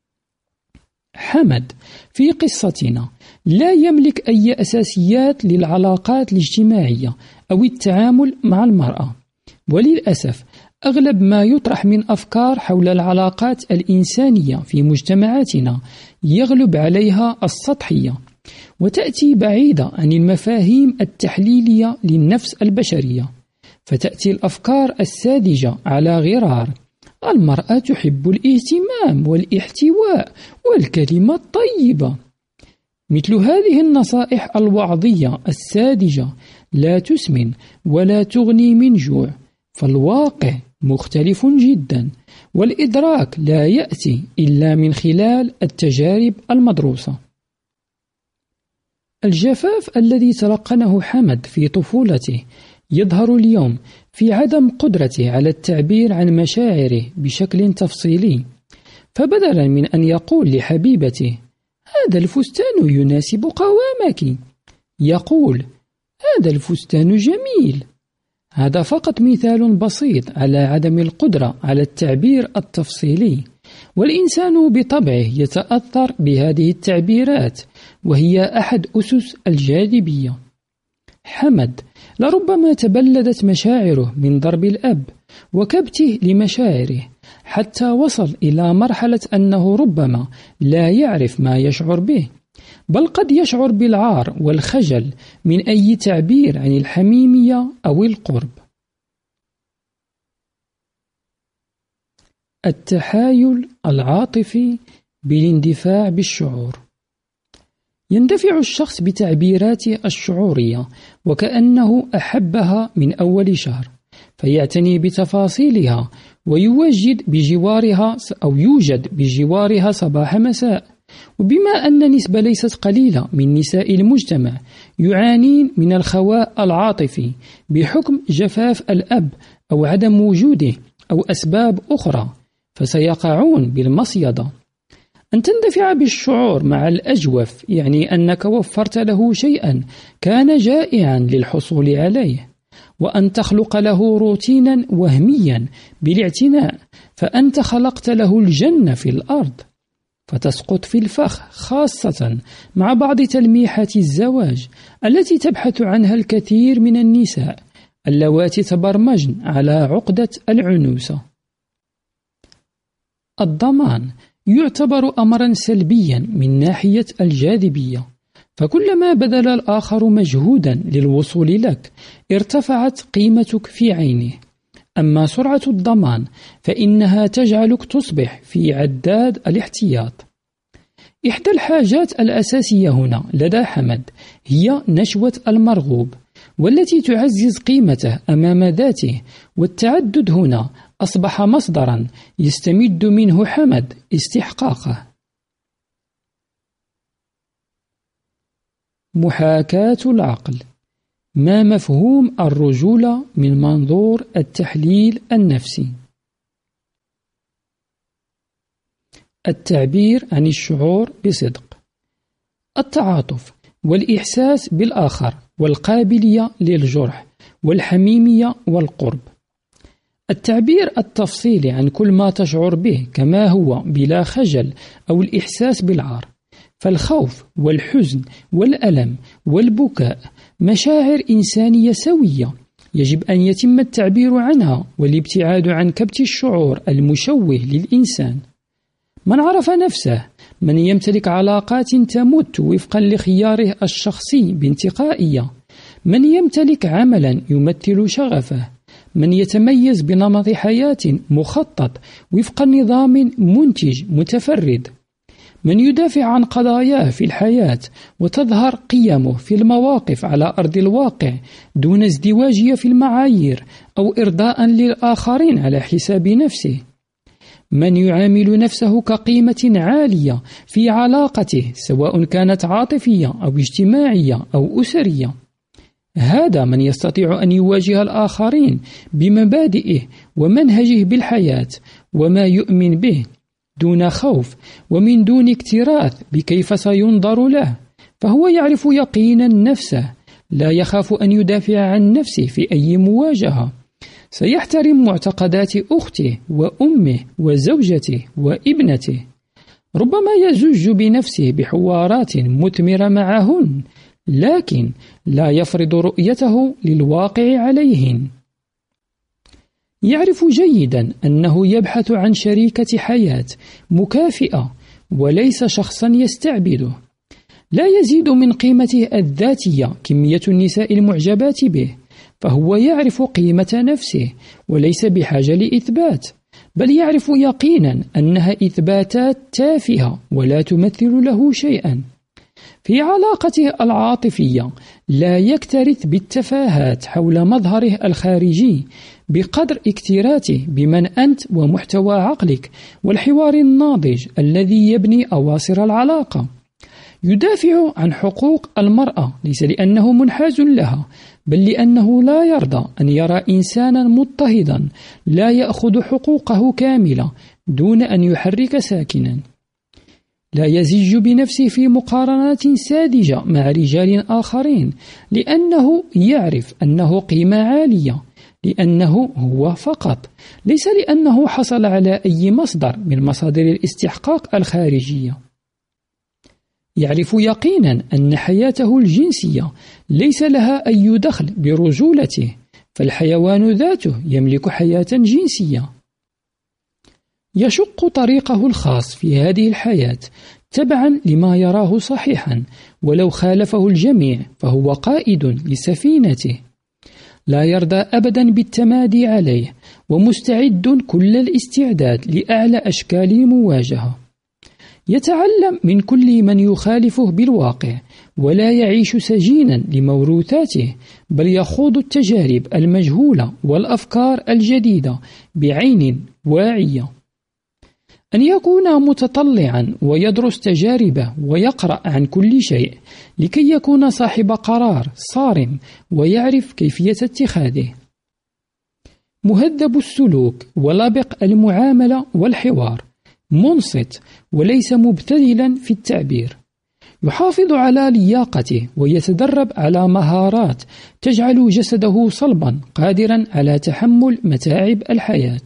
حمد في قصتنا لا يملك أي أساسيات للعلاقات الاجتماعية أو التعامل مع المرأة، وللأسف أغلب ما يطرح من أفكار حول العلاقات الإنسانية في مجتمعاتنا يغلب عليها السطحية، وتأتي بعيدة عن المفاهيم التحليلية للنفس البشرية، فتأتي الأفكار الساذجة على غرار: المرأة تحب الاهتمام والاحتواء والكلمة الطيبة. مثل هذه النصائح الوعظية الساذجة لا تسمن ولا تغني من جوع، فالواقع مختلف جدا، والإدراك لا يأتي إلا من خلال التجارب المدروسة. الجفاف الذي تلقنه حمد في طفولته يظهر اليوم في عدم قدرته على التعبير عن مشاعره بشكل تفصيلي، فبدلا من أن يقول لحبيبته: هذا الفستان يناسب قوامك، يقول: هذا الفستان جميل. هذا فقط مثال بسيط على عدم القدرة على التعبير التفصيلي، والإنسان بطبعه يتأثر بهذه التعبيرات، وهي أحد أسس الجاذبية. حمد لربما تبلدت مشاعره من ضرب الأب وكبته لمشاعره، حتى وصل إلى مرحلة أنه ربما لا يعرف ما يشعر به، بل قد يشعر بالعار والخجل من أي تعبير عن الحميمية أو القرب. التحايل العاطفي بالاندفاع بالشعور. يندفع الشخص بتعبيراته الشعورية وكأنه أحبها من أول شهر، فيعتني بتفاصيلها ويوجد بجوارها صباح مساء. وبما أن نسبة ليست قليلة من نساء المجتمع يعانين من الخواء العاطفي بحكم جفاف الأب أو عدم وجوده أو أسباب أخرى، فسيقعون بالمصيدة. أن تندفع بالشعور مع الأجوف يعني أنك وفرت له شيئا كان جائعا للحصول عليه، وأن تخلق له روتينا وهميا بالاعتناء، فأنت خلقت له الجنة في الأرض، فتسقط في الفخ، خاصة مع بعض تلميحات الزواج التي تبحث عنها الكثير من النساء اللواتي تبرمجن على عقدة العنوسة. الضمان يعتبر أمرا سلبيا من ناحية الجاذبية، فكلما بذل الآخر مجهودا للوصول لك ارتفعت قيمتك في عينه. أما سرعة الضمان فإنها تجعلك تصبح في عداد الاحتياط. إحدى الحاجات الأساسية هنا لدى حمد هي نشوة المرغوب، والتي تعزز قيمته أمام ذاته، والتعدد هنا أصبح مصدرا يستمد منه حمد استحقاقه. محاكاة العقل. ما مفهوم الرجولة من منظور التحليل النفسي؟ التعبير عن الشعور بصدق، التعاطف والإحساس بالآخر، والقابلية للجرح، والحميمية والقرب. التعبير التفصيلي عن كل ما تشعر به كما هو بلا خجل أو الإحساس بالعار. فالخوف والحزن والألم والبكاء مشاعر إنسانية سوية، يجب أن يتم التعبير عنها والابتعاد عن كبت الشعور المشوه للإنسان. من عرف نفسه، من يمتلك علاقات تمت وفقا لخياره الشخصي بانتقائية، من يمتلك عملا يمثل شغفه، من يتميز بنمط حياة مخطط وفق نظام منتج متفرد، من يدافع عن قضاياه في الحياة وتظهر قيمه في المواقف على أرض الواقع دون ازدواجية في المعايير أو إرضاء للآخرين على حساب نفسه، من يعامل نفسه كقيمة عالية في علاقته سواء كانت عاطفية أو اجتماعية أو أسرية. هذا من يستطيع أن يواجه الآخرين بمبادئه ومنهجه بالحياة وما يؤمن به دون خوف ومن دون اكتراث بكيف سينظر له، فهو يعرف يقينا نفسه، لا يخاف أن يدافع عن نفسه في أي مواجهة، سيحترم معتقدات أخته وأمه وزوجته وابنته، ربما يزج بنفسه بحوارات مثمرة معهن، لكن لا يفرض رؤيته للواقع عليهن. يعرف جيدا أنه يبحث عن شريكة حياة مكافئة وليس شخصا يستعبده. لا يزيد من قيمته الذاتية كمية النساء المعجبات به، فهو يعرف قيمة نفسه وليس بحاجة لإثبات، بل يعرف يقينا أنها إثباتات تافهة ولا تمثل له شيئا. في علاقته العاطفية لا يكترث بالتفاهات حول مظهره الخارجي بقدر اكتراثه بمن أنت ومحتوى عقلك والحوار الناضج الذي يبني أواصر العلاقة. يدافع عن حقوق المرأة ليس لأنه منحاز لها، بل لأنه لا يرضى أن يرى إنسانا مضطهدا لا يأخذ حقوقه كاملة دون أن يحرك ساكنا. لا يزج بنفسه في مقارنات ساذجة مع رجال آخرين، لأنه يعرف أنه قيمة عالية، لأنه هو فقط، ليس لأنه حصل على أي مصدر من مصادر الاستحقاق الخارجية. يعرف يقينا أن حياته الجنسية ليس لها أي دخل برجولته، فالحيوان ذاته يملك حياة جنسية. يشق طريقه الخاص في هذه الحياة تبعا لما يراه صحيحا، ولو خالفه الجميع فهو قائد لسفينته. لا يرضى أبدا بالتمادي عليه، ومستعد كل الاستعداد لأعلى أشكال المواجهة. يتعلم من كل من يخالفه بالواقع، ولا يعيش سجينا لموروثاته، بل يخوض التجارب المجهولة والأفكار الجديدة بعين واعية. أن يكون متطلعا ويدرس تجاربه ويقرأ عن كل شيء لكي يكون صاحب قرار صارم ويعرف كيفية اتخاذه. مهذب السلوك ولبق المعاملة والحوار، منصت وليس مبتذلا في التعبير. يحافظ على لياقته ويتدرب على مهارات تجعل جسده صلبا قادرا على تحمل متاعب الحياة.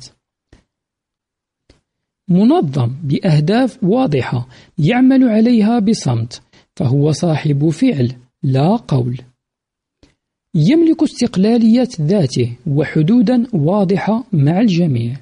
منظم بأهداف واضحة يعمل عليها بصمت، فهو صاحب فعل لا قول. يملك استقلالية ذاته وحدودا واضحة مع الجميع.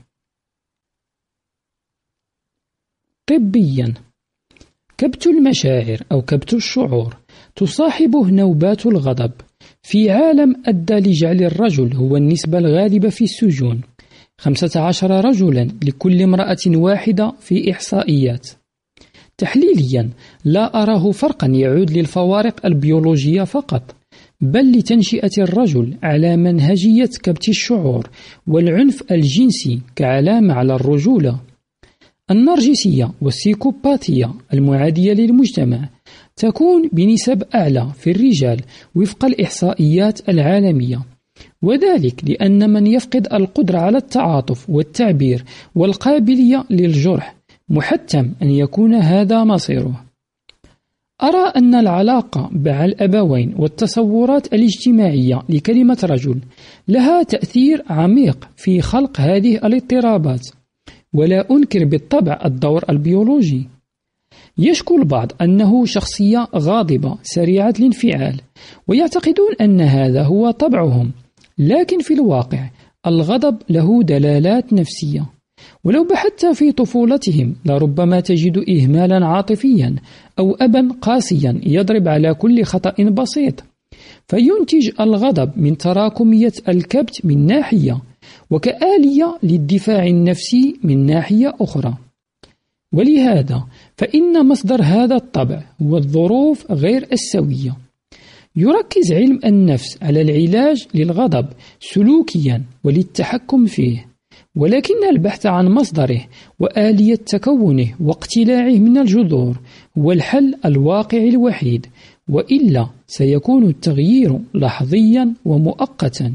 طبيا، كبت المشاعر أو كبت الشعور تصاحبه نوبات الغضب، في عالم أدى لجعل الرجل هو النسبة الغالبة في السجون، 15 رجلا لكل امرأة واحدة في إحصائيات. تحليليا لا أراه فرقا يعود للفوارق البيولوجية فقط، بل لتنشئة الرجل على منهجية كبت الشعور والعنف الجنسي كعلامة على الرجولة. النرجسية والسيكوباتية المعادية للمجتمع تكون بنسب أعلى في الرجال وفق الإحصائيات العالمية، وذلك لأن من يفقد القدرة على التعاطف والتعبير والقابلية للجرح محتم أن يكون هذا مصيره. أرى أن العلاقة مع الأبوين والتصورات الاجتماعية لكلمة رجل لها تأثير عميق في خلق هذه الاضطرابات، ولا أنكر بالطبع الدور البيولوجي. يشكو البعض أنه شخصية غاضبة سريعة الانفعال، ويعتقدون أن هذا هو طبعهم، لكن في الواقع الغضب له دلالات نفسية. ولو بحثت في طفولتهم لربما تجد إهمالا عاطفيا أو أبا قاسيا يضرب على كل خطأ بسيط، فينتج الغضب من تراكمية الكبت من ناحية، وكآلية للدفاع النفسي من ناحية أخرى. ولهذا فإن مصدر هذا الطبع هو الظروف غير السوية. يركز علم النفس على العلاج للغضب سلوكيا وللتحكم فيه، ولكن البحث عن مصدره وآلية تكونه واقتلاعه من الجذور هو الحل الواقعي الوحيد، وإلا سيكون التغيير لحظيا ومؤقتا.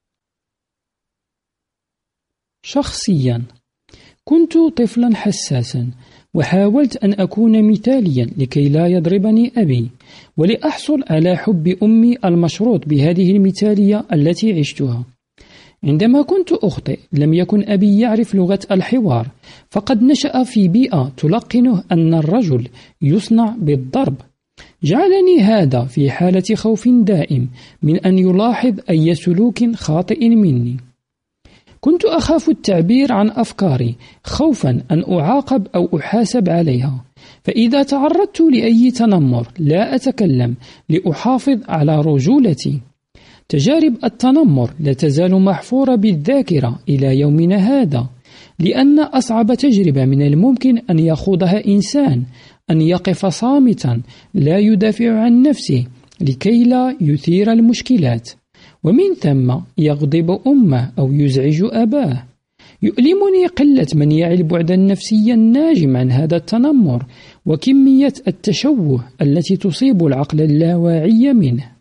شخصيا كنت طفلا حساسا، وحاولت أن أكون مثاليا لكي لا يضربني أبي، ولأحصل على حب أمي المشروط بهذه المثالية التي عشتها. عندما كنت أخطئ لم يكن أبي يعرف لغة الحوار، فقد نشأ في بيئة تلقنه أن الرجل يصنع بالضرب. جعلني هذا في حالة خوف دائم من أن يلاحظ أي سلوك خاطئ مني. كنت أخاف التعبير عن أفكاري خوفا أن أعاقب أو أحاسب عليها، فإذا تعرضت لأي تنمر لا أتكلم لأحافظ على رجولتي. تجارب التنمر لا تزال محفورة بالذاكرة إلى يومنا هذا، لأن أصعب تجربة من الممكن أن يخوضها إنسان أن يقف صامتا لا يدافع عن نفسه لكي لا يثير المشكلات، ومن ثم يغضب أمه أو يزعج أباه. يؤلمني قلة من يعي البعد النفسي الناجم عن هذا التنمر وكمية التشوه التي تصيب العقل اللاواعي منه.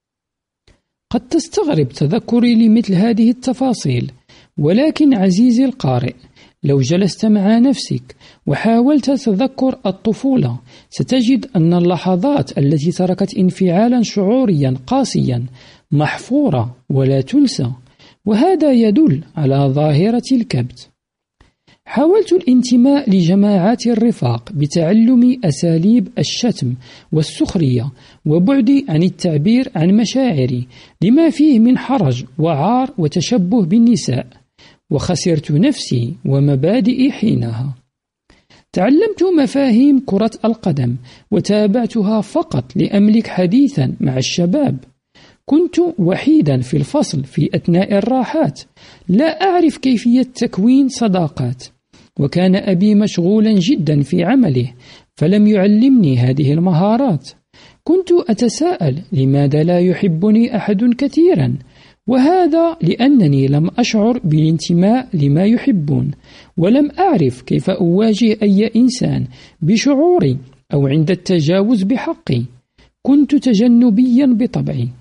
قد تستغرب تذكري لمثل هذه التفاصيل، ولكن عزيزي القارئ، لو جلست مع نفسك وحاولت تذكر الطفولة ستجد أن اللحظات التي تركت انفعالا شعوريا قاسيا محفورة ولا تنسى، وهذا يدل على ظاهرة الكبت. حاولت الانتماء لجماعات الرفاق بتعلم أساليب الشتم والسخرية وبعدي عن التعبير عن مشاعري لما فيه من حرج وعار وتشبه بالنساء، وخسرت نفسي ومبادئي حينها. تعلمت مفاهيم كرة القدم وتابعتها فقط لأملك حديثا مع الشباب. كنت وحيدا في الفصل في أثناء الراحات، لا أعرف كيفية تكوين صداقات، وكان أبي مشغولا جدا في عمله فلم يعلمني هذه المهارات. كنت أتساءل لماذا لا يحبني أحد كثيرا، وهذا لأنني لم أشعر بالانتماء لما يحبون، ولم أعرف كيف أواجه أي إنسان بشعوري أو عند التجاوز بحقي. كنت تجنبيا بطبعي.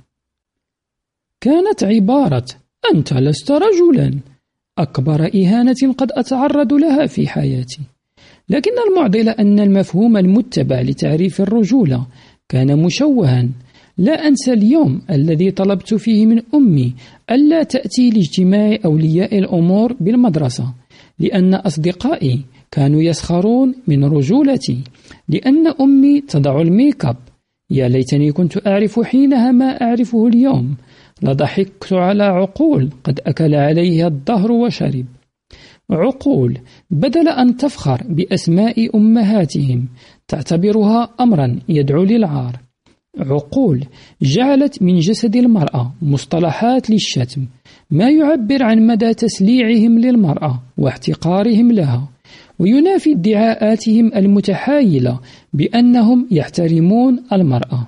كانت عبارة أنت لست رجلا أكبر إهانة قد أتعرض لها في حياتي، لكن المعضلة أن المفهوم المتبع لتعريف الرجولة كان مشوها. لا أنسى اليوم الذي طلبت فيه من أمي ألا تأتي لاجتماع أولياء الأمور بالمدرسة، لأن أصدقائي كانوا يسخرون من رجولتي لأن أمي تضع الميك اب. يا ليتني كنت أعرف حينها ما أعرفه اليوم، لضحكت على عقول قد أكل عليها الدهر وشرب. عقول بدل أن تفخر بأسماء أمهاتهم تعتبرها أمرا يدعو للعار. عقول جعلت من جسد المرأة مصطلحات للشتم، ما يعبر عن مدى تسليعهم للمرأة واحتقارهم لها، وينافي ادعاءاتهم المتحايلة بأنهم يحترمون المرأة.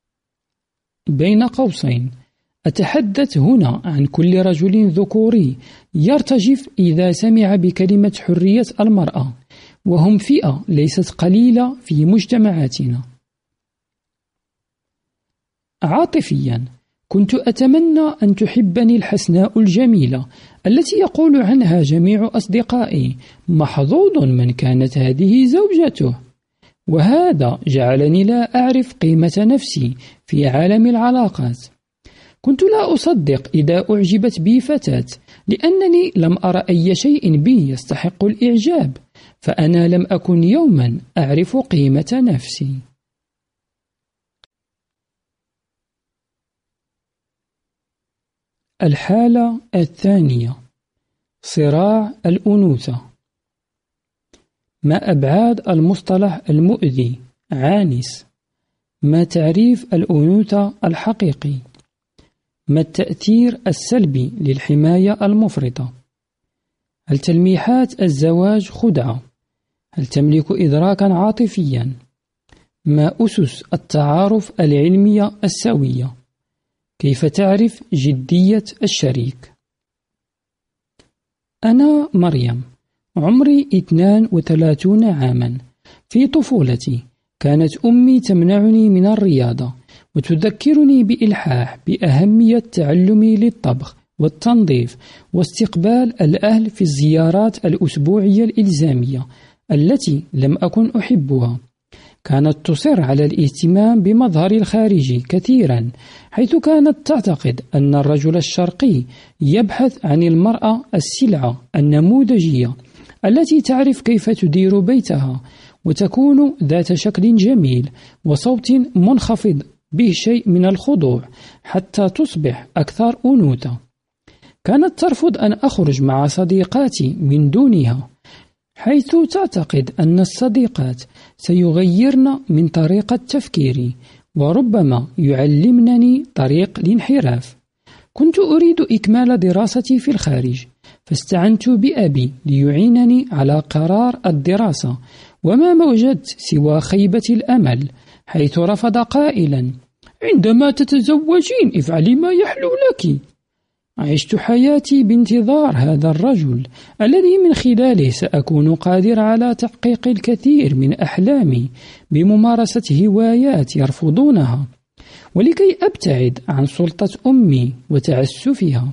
بين قوسين، أتحدث هنا عن كل رجل ذكوري يرتجف إذا سمع بكلمة حرية المرأة، وهم فئة ليست قليلة في مجتمعاتنا. عاطفيا كنت أتمنى أن تحبني الحسناء الجميلة التي يقول عنها جميع أصدقائي محظوظ من كانت هذه زوجته، وهذا جعلني لا أعرف قيمة نفسي في عالم العلاقات. كنت لا أصدق إذا أعجبت بي فتاة، لأنني لم أرى أي شيء بي يستحق الإعجاب، فأنا لم أكن يوما أعرف قيمة نفسي. الحالة الثانية، صراع الأنوثة. ما أبعاد المصطلح المؤذي عانس؟ ما تعريف الأنوثة الحقيقي؟ ما التأثير السلبي للحماية المفرطة؟ هل تلميحات الزواج خدعة؟ هل تملك إدراكا عاطفيا؟ ما أسس التعارف العلمية السوية؟ كيف تعرف جدية الشريك؟ أنا مريم، عمري 32 عاما. في طفولتي كانت أمي تمنعني من الرياضة وتذكرني بإلحاح بأهمية تعلمي للطبخ والتنظيف واستقبال الأهل في الزيارات الأسبوعية الإلزامية التي لم أكن أحبها. كانت تصر على الاهتمام بمظهري الخارجي كثيرا، حيث كانت تعتقد أن الرجل الشرقي يبحث عن المرأة السلعة النموذجية التي تعرف كيف تدير بيتها وتكون ذات شكل جميل وصوت منخفض به شيء من الخضوع حتى تصبح أكثر أنوثة. كانت ترفض أن أخرج مع صديقاتي من دونها، حيث تعتقد أن الصديقات سيغيرن من طريقة تفكيري وربما يعلمنني طريق الانحراف. كنت أريد إكمال دراستي في الخارج، فاستعنت بأبي ليعينني على قرار الدراسة، وما وجدت سوى خيبة الأمل، حيث رفض قائلا: عندما تتزوجين افعلي ما يحلو لك. عشت حياتي بانتظار هذا الرجل الذي من خلاله سأكون قادر على تحقيق الكثير من أحلامي بممارسة هوايات يرفضونها، ولكي أبتعد عن سلطة أمي وتعسفها.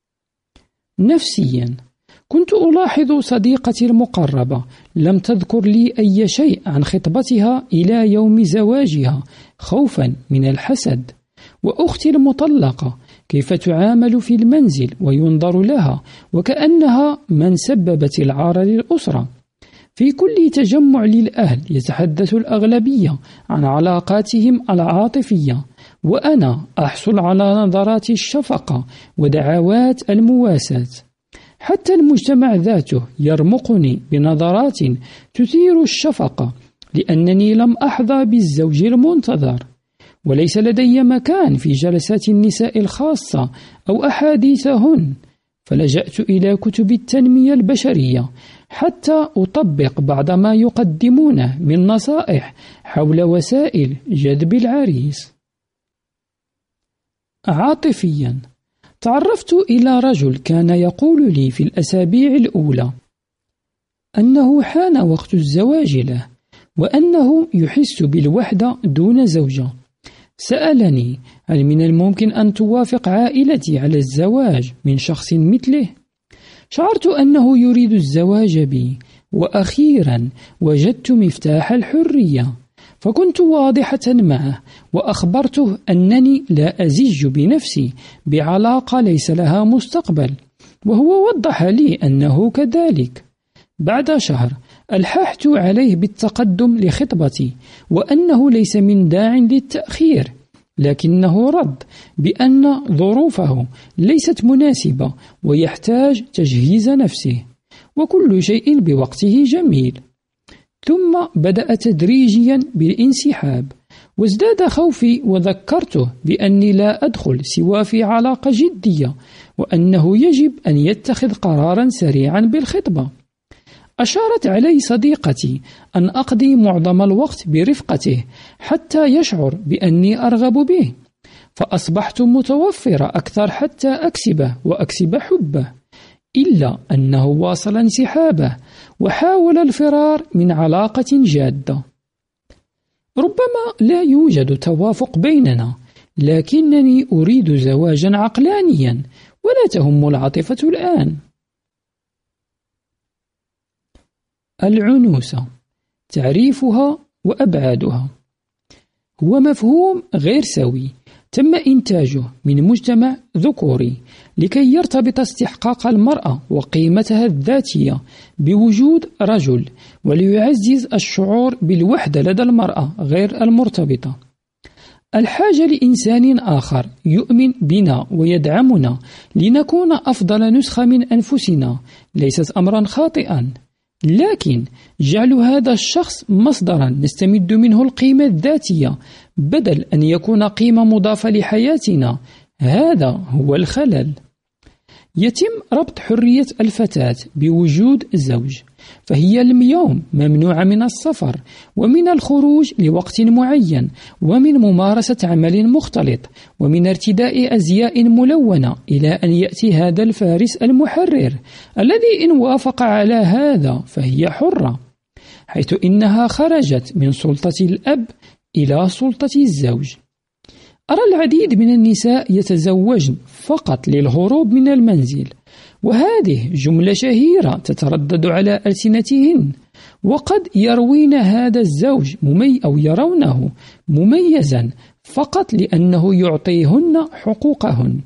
نفسيا كنت ألاحظ صديقتي المقربة لم تذكر لي أي شيء عن خطبتها إلى يوم زواجها خوفا من الحسد، وأختي المطلقة كيف تعامل في المنزل وينظر لها وكأنها من سببت العار للأسرة. في كل تجمع للأهل يتحدث الأغلبية عن علاقاتهم العاطفية، وأنا أحصل على نظرات الشفقة ودعوات المواساة. حتى المجتمع ذاته يرمقني بنظرات تثير الشفقة لأنني لم أحظى بالزوج المنتظر، وليس لدي مكان في جلسات النساء الخاصة أو أحاديثهن، فلجأت إلى كتب التنمية البشرية حتى أطبق بعض ما يقدمونه من نصائح حول وسائل جذب العريس. عاطفيا تعرفت إلى رجل كان يقول لي في الأسابيع الأولى أنه حان وقت الزواج له وأنه يحس بالوحدة دون زوجة. سألني: هل من الممكن أن توافق عائلتي على الزواج من شخص مثله؟ شعرت أنه يريد الزواج بي، وأخيرا وجدت مفتاح الحرية، فكنت واضحة معه وأخبرته أنني لا أزج بنفسي بعلاقة ليس لها مستقبل، وهو وضح لي أنه كذلك. بعد شهر ألححت عليه بالتقدم لخطبتي وأنه ليس من داع للتأخير، لكنه رد بأن ظروفه ليست مناسبة ويحتاج تجهيز نفسه، وكل شيء بوقته جميل. ثم بدأ تدريجيا بالانسحاب، وازداد خوفي وذكرته بأني لا أدخل سوى في علاقة جدية وأنه يجب أن يتخذ قرارا سريعا بالخطبة. أشارت علي صديقتي أن أقضي معظم الوقت برفقته حتى يشعر بأني أرغب به، فأصبحت متوفرة أكثر حتى أكسبه وأكسب حبه، إلا أنه واصل انسحابه وحاول الفرار من علاقة جادة. ربما لا يوجد توافق بيننا، لكنني أريد زواجا عقلانيا ولا تهم العاطفة الآن. العنوسة، تعريفها وأبعادها. هو مفهوم غير سوي تم إنتاجه من مجتمع ذكوري لكي يرتبط استحقاق المرأة وقيمتها الذاتية بوجود رجل، وليعزز الشعور بالوحدة لدى المرأة غير المرتبطة. الحاجة لإنسان آخر يؤمن بنا ويدعمنا لنكون أفضل نسخة من أنفسنا ليست أمرا خاطئا، لكن جعل هذا الشخص مصدرا نستمد منه القيمة الذاتية بدل أن يكون قيمة مضافة لحياتنا، هذا هو الخلل. يتم ربط حرية الفتاة بوجود زوج، فهي اليوم ممنوعة من السفر ومن الخروج لوقت معين ومن ممارسة عمل مختلط ومن ارتداء أزياء ملونة، إلى أن يأتي هذا الفارس المحرر الذي إن وافق على هذا فهي حرة، حيث إنها خرجت من سلطة الأب إلى سلطة الزوج. أرى العديد من النساء يتزوجن فقط للهروب من المنزل، وهذه جملة شهيرة تتردد على ألسنتهن، وقد يروين هذا الزوج أو يرونه مميزا فقط لأنه يعطيهن حقوقهن.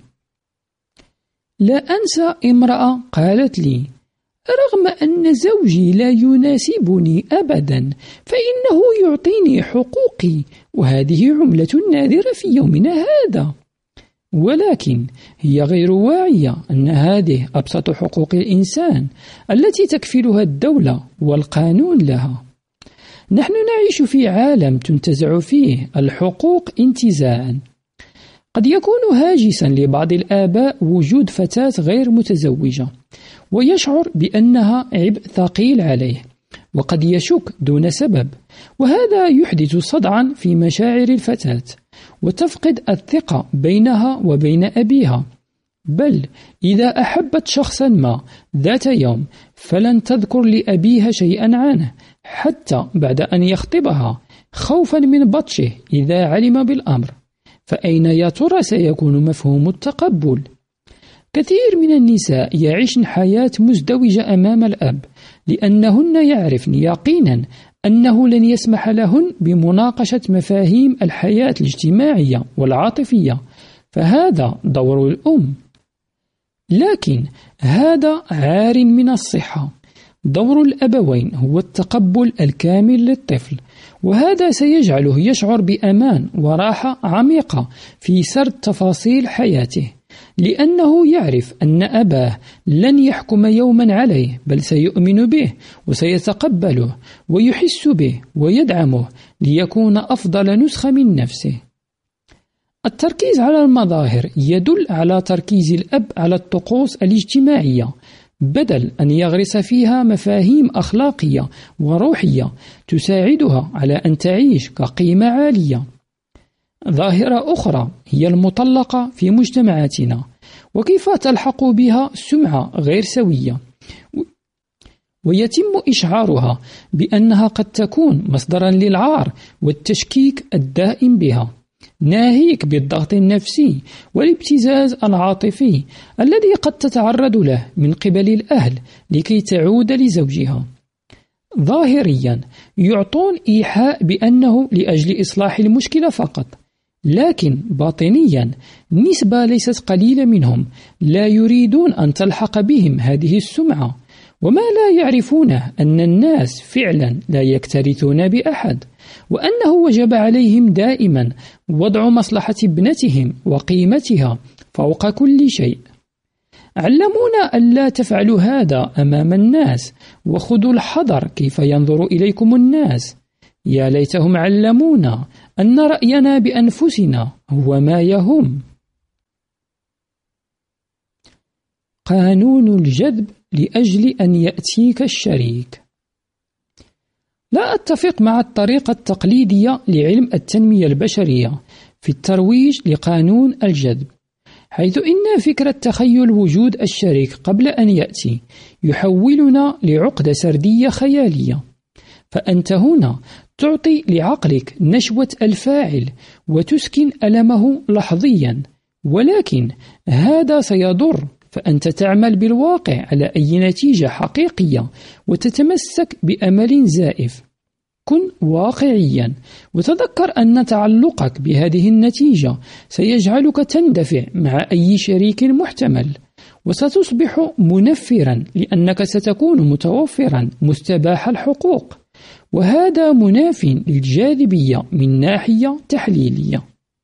لا أنسى امرأة قالت لي: رغم أن زوجي لا يناسبني أبدا فإنه يعطيني حقوقي، وهذه عملة نادرة في يومنا هذا. ولكن هي غير واعية أن هذه أبسط حقوق الإنسان التي تكفلها الدولة والقانون لها. نحن نعيش في عالم تنتزع فيه الحقوق انتزاعا. قد يكون هاجسا لبعض الآباء وجود فتاة غير متزوجة ويشعر بأنها عبء ثقيل عليه، وقد يشك دون سبب، وهذا يحدث صدعا في مشاعر الفتاة وتفقد الثقة بينها وبين أبيها. بل إذا أحبت شخصا ما ذات يوم فلن تذكر لأبيها شيئا عنه حتى بعد أن يخطبها، خوفا من بطشه إذا علم بالأمر. فأين يا ترى سيكون مفهوم التقبل؟ كثير من النساء يعيشن حياة مزدوجة أمام الأب لأنهن يعرفن يقينا أنه لن يسمح لهن بمناقشة مفاهيم الحياة الاجتماعية والعاطفية، فهذا دور الأم. لكن هذا عار من الصحة. دور الأبوين هو التقبل الكامل للطفل، وهذا سيجعله يشعر بأمان وراحة عميقة في سرد تفاصيل حياته، لأنه يعرف أن أباه لن يحكم يوما عليه، بل سيؤمن به وسيتقبله ويحس به ويدعمه ليكون أفضل نسخة من نفسه. التركيز على المظاهر يدل على تركيز الأب على الطقوس الاجتماعية بدل أن يغرس فيها مفاهيم أخلاقية وروحية تساعدها على أن تعيش كقيمة عالية. ظاهرة أخرى هي المطلقة في مجتمعاتنا، وكيف تلحق بها سمعة غير سوية، ويتم إشعارها بأنها قد تكون مصدرا للعار والتشكيك الدائم بها، ناهيك بالضغط النفسي والابتزاز العاطفي الذي قد تتعرض له من قبل الأهل لكي تعود لزوجها. ظاهريا يعطون إيحاء بأنه لأجل إصلاح المشكلة فقط، لكن باطنيا نسبة ليست قليلة منهم لا يريدون أن تلحق بهم هذه السمعة، وما لا يعرفونه أن الناس فعلا لا يكترثون بأحد، وأنه وجب عليهم دائما وضع مصلحة ابنتهم وقيمتها فوق كل شيء. علمونا ألا تفعلوا هذا أمام الناس، وخذوا الحذر كيف ينظر إليكم الناس. يا ليتهم علمونا أن رأينا بأنفسنا هو ما يهم. قانون الجذب لأجل أن يأتيك الشريك. لا أتفق مع الطريقة التقليدية لعلم التنمية البشرية في الترويج لقانون الجذب، حيث إن فكرة تخيل وجود الشريك قبل أن يأتي يحولنا لعقدة سردية خيالية. فأنت هنا تعطي لعقلك نشوة الفاعل وتسكن ألمه لحظيا، ولكن هذا سيضر، فأنت تعمل بالواقع على أي نتيجة حقيقية وتتمسك بأمل زائف. كن واقعيا، وتذكر أن تعلقك بهذه النتيجة سيجعلك تندفع مع أي شريك محتمل، وستصبح منفرا لأنك ستكون متوفرا مستباح الحقوق، وهذا مناف للجاذبية من ناحية تحليلية.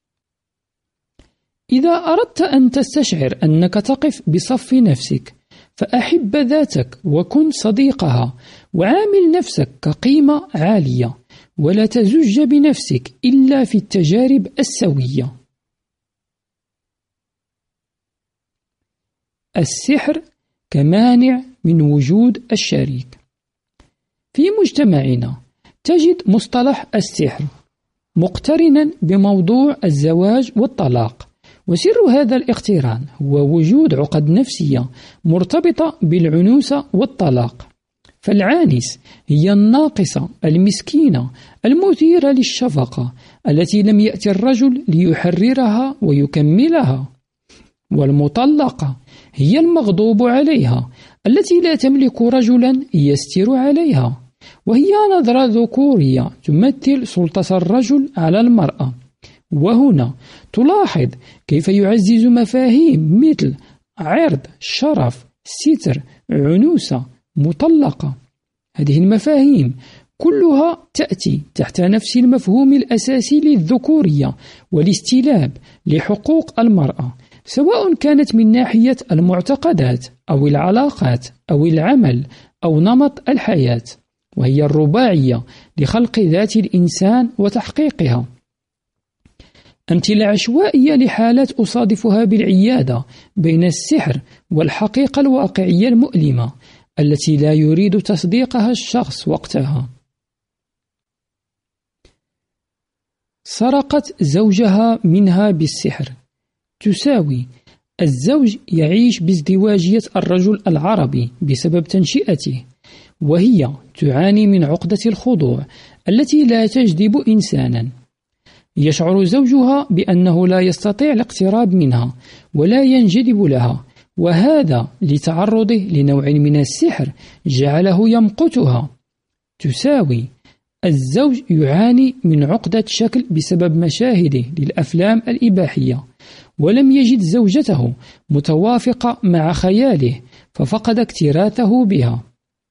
إذا أردت أن تستشعر أنك تقف بصف نفسك، فأحب ذاتك وكن صديقها، وعامل نفسك كقيمة عالية، ولا تزج بنفسك إلا في التجارب السوية. السحر كمانع من وجود الشريك. في مجتمعنا تجد مصطلح السحر مقترنا بموضوع الزواج والطلاق، وسر هذا الاقتران هو وجود عقد نفسية مرتبطة بالعنوسة والطلاق. فالعانس هي الناقصة المسكينة المثيرة للشفقة التي لم يأتي الرجل ليحررها ويكملها، والمطلقة هي المغضوب عليها التي لا تملك رجلا يستر عليها، وهي نظرة ذكورية تمثل سلطة الرجل على المرأة. وهنا تلاحظ كيف يعزز مفاهيم مثل عرض، شرف، ستر، عنوسة، مطلقة. هذه المفاهيم كلها تأتي تحت نفس المفهوم الأساسي للذكورية والاستلاب لحقوق المرأة، سواء كانت من ناحية المعتقدات أو العلاقات أو العمل أو نمط الحياة، وهي الرباعية لخلق ذات الإنسان وتحقيقها. أمثلة عشوائية لحالات أصادفها بالعيادة بين السحر والحقيقة الواقعية المؤلمة التي لا يريد تصديقها الشخص وقتها. سرقت زوجها منها بالسحر تساوي الزوج يعيش بازدواجية الرجل العربي بسبب تنشئته، وهي تعاني من عقدة الخضوع التي لا تجذب إنسانا. يشعر زوجها بأنه لا يستطيع الاقتراب منها ولا ينجذب لها، وهذا لتعرضه لنوع من السحر جعله يمقتها. تساوي الزوج يعاني من عقدة شكل بسبب مشاهده للأفلام الإباحية، ولم يجد زوجته متوافقة مع خياله ففقد اكتراثه بها.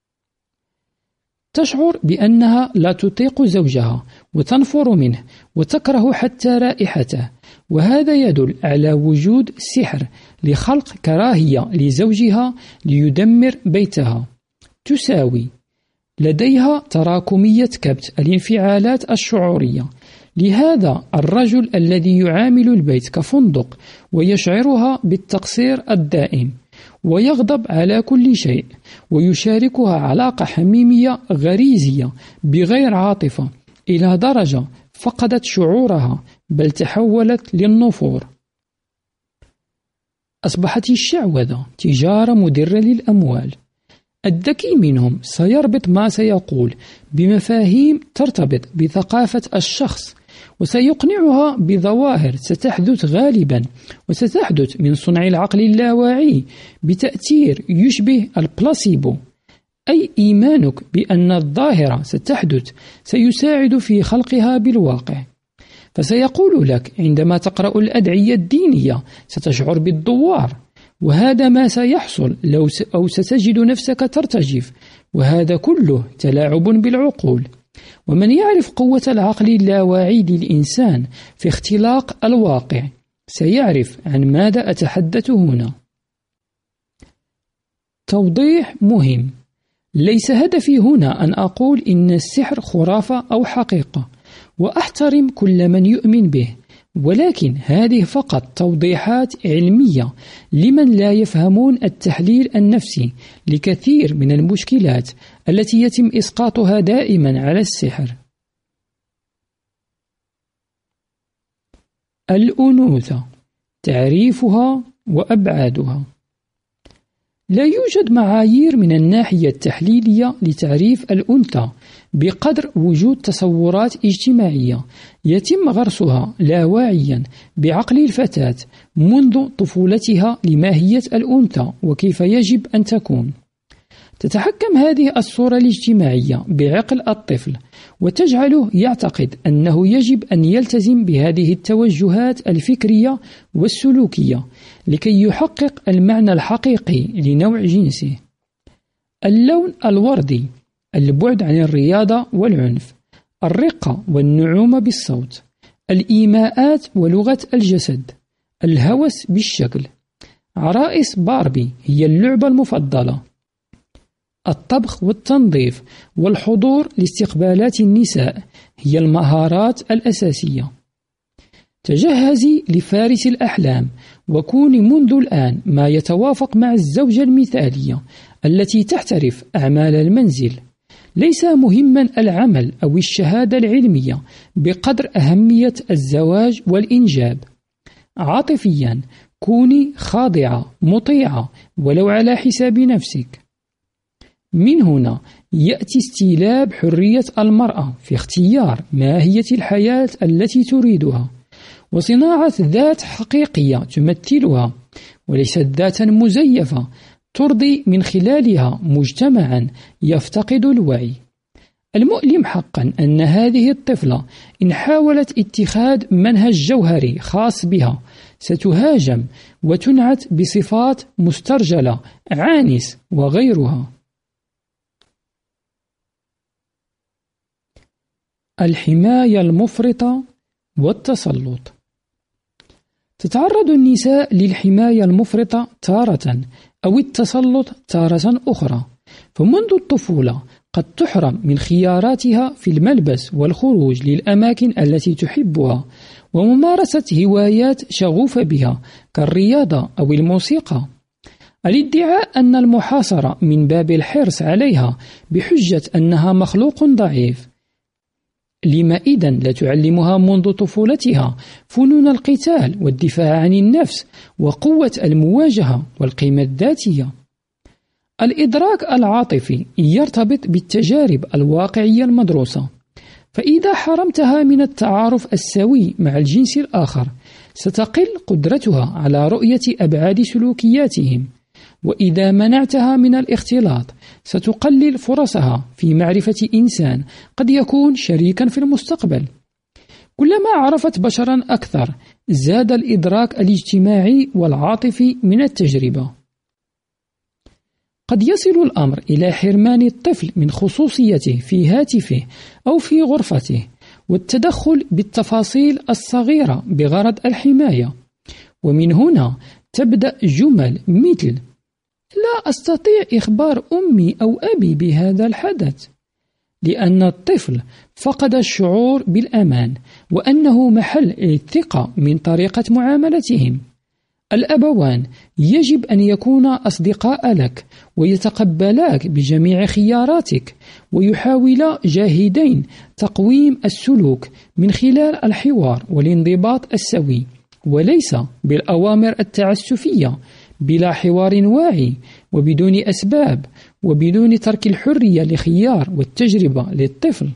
تشعر بأنها لا تطيق زوجها وتنفر منه وتكره حتى رائحته، وهذا يدل على وجود سحر لخلق كراهية لزوجها ليدمر بيتها. تساوي لديها تراكمية كبت الانفعالات الشعورية، لهذا الرجل الذي يعامل البيت كفندق ويشعرها بالتقصير الدائم، ويغضب على كل شيء، ويشاركها علاقة حميمية غريزية بغير عاطفة، إلى درجة فقدت شعورها بل تحولت للنفور. أصبحت الشعوذة تجارة مدرة للأموال. الذكي منهم سيربط ما سيقول بمفاهيم ترتبط بثقافة الشخص، وسيقنعها بظواهر ستحدث غالبا، وستحدث من صنع العقل اللاواعي بتأثير يشبه البلاسيبو، أي إيمانك بأن الظاهرة ستحدث سيساعد في خلقها بالواقع. فسيقول لك عندما تقرأ الأدعية الدينية ستشعر بالدوار، وهذا ما سيحصل أو ستجد نفسك ترتجف، وهذا كله تلاعب بالعقول. ومن يعرف قوة العقل اللاواعي للإنسان في اختلاق الواقع سيعرف عن ماذا أتحدث هنا. توضيح مهم: ليس هدفي هنا أن أقول إن السحر خرافة أو حقيقة، وأحترم كل من يؤمن به، ولكن هذه فقط توضيحات علمية لمن لا يفهمون التحليل النفسي لكثير من المشكلات التي يتم إسقاطها دائما على السحر. الأنوثة، تعريفها وأبعادها. لا يوجد معايير من الناحية التحليلية لتعريف الأنثى بقدر وجود تصورات اجتماعية يتم غرسها لا واعيا بعقل الفتاة منذ طفولتها لماهية الأنثى وكيف يجب أن تكون. تتحكم هذه الصورة الاجتماعية بعقل الطفل وتجعله يعتقد أنه يجب أن يلتزم بهذه التوجهات الفكرية والسلوكية لكي يحقق المعنى الحقيقي لنوع جنسه. اللون الوردي، البعد عن الرياضة والعنف، الرقة والنعومة بالصوت، الإيماءات ولغة الجسد، الهوس بالشكل. عرائس باربي هي اللعبة المفضلة. الطبخ والتنظيف والحضور لاستقبالات النساء هي المهارات الأساسية. تجهزي لفارس الأحلام وكوني منذ الآن ما يتوافق مع الزوجة المثالية التي تحترف أعمال المنزل. ليس مهما العمل أو الشهادة العلمية بقدر أهمية الزواج والإنجاب. عاطفيا كوني خاضعة مطيعة ولو على حساب نفسك. من هنا يأتي استيلاب حرية المرأة في اختيار ماهية الحياة التي تريدها، وصناعة ذات حقيقية تمثلها وليست ذاتا مزيفة ترضي من خلالها مجتمعا يفتقد الوعي. المؤلم حقا أن هذه الطفلة إن حاولت اتخاذ منهج جوهري خاص بها ستهاجم وتنعت بصفات مسترجلة، عانس وغيرها. الحماية المفرطة والتسلط. تتعرض النساء للحماية المفرطة تارة أو التسلط تارة أخرى، فمنذ الطفولة قد تحرم من خياراتها في الملبس والخروج للأماكن التي تحبها وممارسة هوايات شغوفة بها كالرياضة أو الموسيقى. الادعاء أن المحاصرة من باب الحرص عليها بحجة أنها مخلوق ضعيف. لما إذن لا تعلمها منذ طفولتها فنون القتال والدفاع عن النفس وقوة المواجهة والقيمة الذاتية؟ الإدراك العاطفي يرتبط بالتجارب الواقعية المدروسة، فإذا حرمتها من التعارف السوي مع الجنس الآخر ستقل قدرتها على رؤية أبعاد سلوكياتهم، وإذا منعتها من الاختلاط ستقلل فرصها في معرفة إنسان قد يكون شريكا في المستقبل. كلما عرفت بشرا أكثر زاد الإدراك الاجتماعي والعاطفي من التجربة. قد يصل الأمر إلى حرمان الطفل من خصوصيته في هاتفه أو في غرفته والتدخل بالتفاصيل الصغيرة بغرض الحماية، ومن هنا تبدأ جمل مثل لا أستطيع إخبار أمي أو أبي بهذا الحدث، لأن الطفل فقد الشعور بالأمان وأنه محل الثقة من طريقة معاملتهم. الأبوان يجب أن يكونا أصدقاء لك ويتقبلاك بجميع خياراتك، ويحاولا جاهدين تقويم السلوك من خلال الحوار والانضباط السوي، وليس بالأوامر التعسفية بلا حوار واعي وبدون أسباب وبدون ترك الحرية لخيار والتجربة للطفل.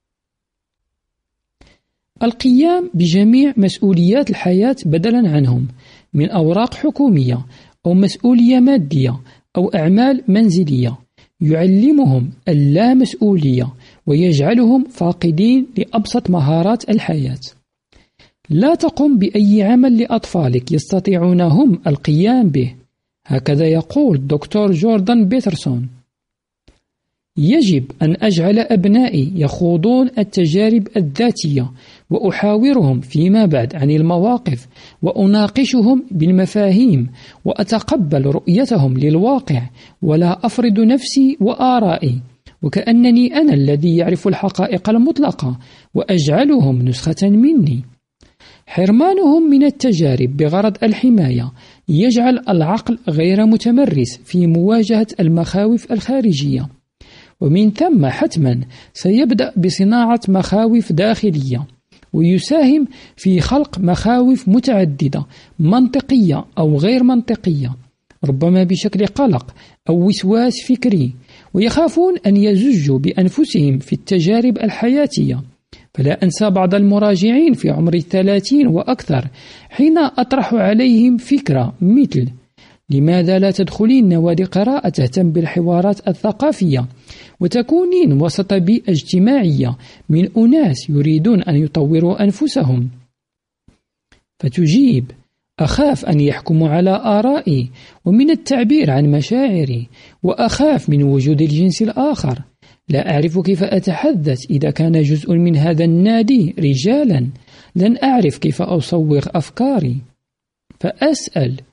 القيام بجميع مسؤوليات الحياة بدلا عنهم من أوراق حكومية أو مسؤولية مادية أو أعمال منزلية يعلمهم اللامسؤولية ويجعلهم فاقدين لأبسط مهارات الحياة. لا تقم بأي عمل لأطفالك يستطيعون هم القيام به، هكذا يقول الدكتور جوردان بيترسون. يجب أن أجعل أبنائي يخوضون التجارب الذاتية وأحاورهم فيما بعد عن المواقف وأناقشهم بالمفاهيم وأتقبل رؤيتهم للواقع ولا أفرض نفسي وآرائي وكأنني أنا الذي يعرف الحقائق المطلقة وأجعلهم نسخة مني. حرمانهم من التجارب بغرض الحماية يجعل العقل غير متمرس في مواجهة المخاوف الخارجية، ومن ثم حتما سيبدأ بصناعة مخاوف داخلية ويساهم في خلق مخاوف متعددة منطقية أو غير منطقية، ربما بشكل قلق أو وسواس فكري، ويخافون أن يزجوا بأنفسهم في التجارب الحياتية. فلا أنسى بعض المراجعين في عمر 30 وأكثر حين أطرح عليهم فكرة مثل لماذا لا تدخلين نوادي قراءة تهتم بالحوارات الثقافية وتكونين وسط بيئة اجتماعية من أناس يريدون أن يطوروا أنفسهم؟ فتجيب أخاف أن يحكموا على آرائي ومن التعبير عن مشاعري، وأخاف من وجود الجنس الآخر، لا أعرف كيف أتحدث إذا كان جزء من هذا النادي رجالا، لن أعرف كيف أصوغ أفكاري. فأسأل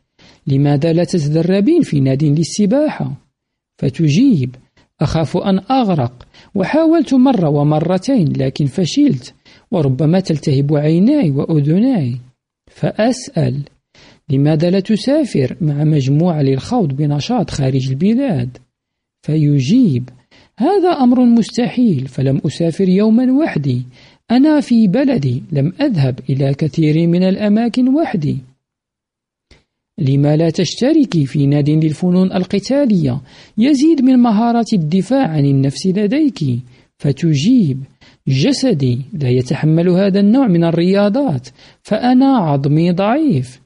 لماذا لا تتدربين في نادي للسباحة؟ فتجيب: أخاف أن أغرق، وحاولت مرة ومرتين لكن فشلت، وربما تلتهب عيناي وأذناي. فأسأل: لماذا لا تسافر مع مجموعة للخوض بنشاط خارج البلاد؟ فيجيب: هذا أمر مستحيل، فلم أسافر يوما وحدي، أنا في بلدي، لم أذهب إلى كثير من الأماكن وحدي. لما لا تشتركي في نادي للفنون القتالية يزيد من مهارات الدفاع عن النفس لديك؟ فتجيب: جسدي لا يتحمل هذا النوع من الرياضات، فأنا عظمي ضعيف.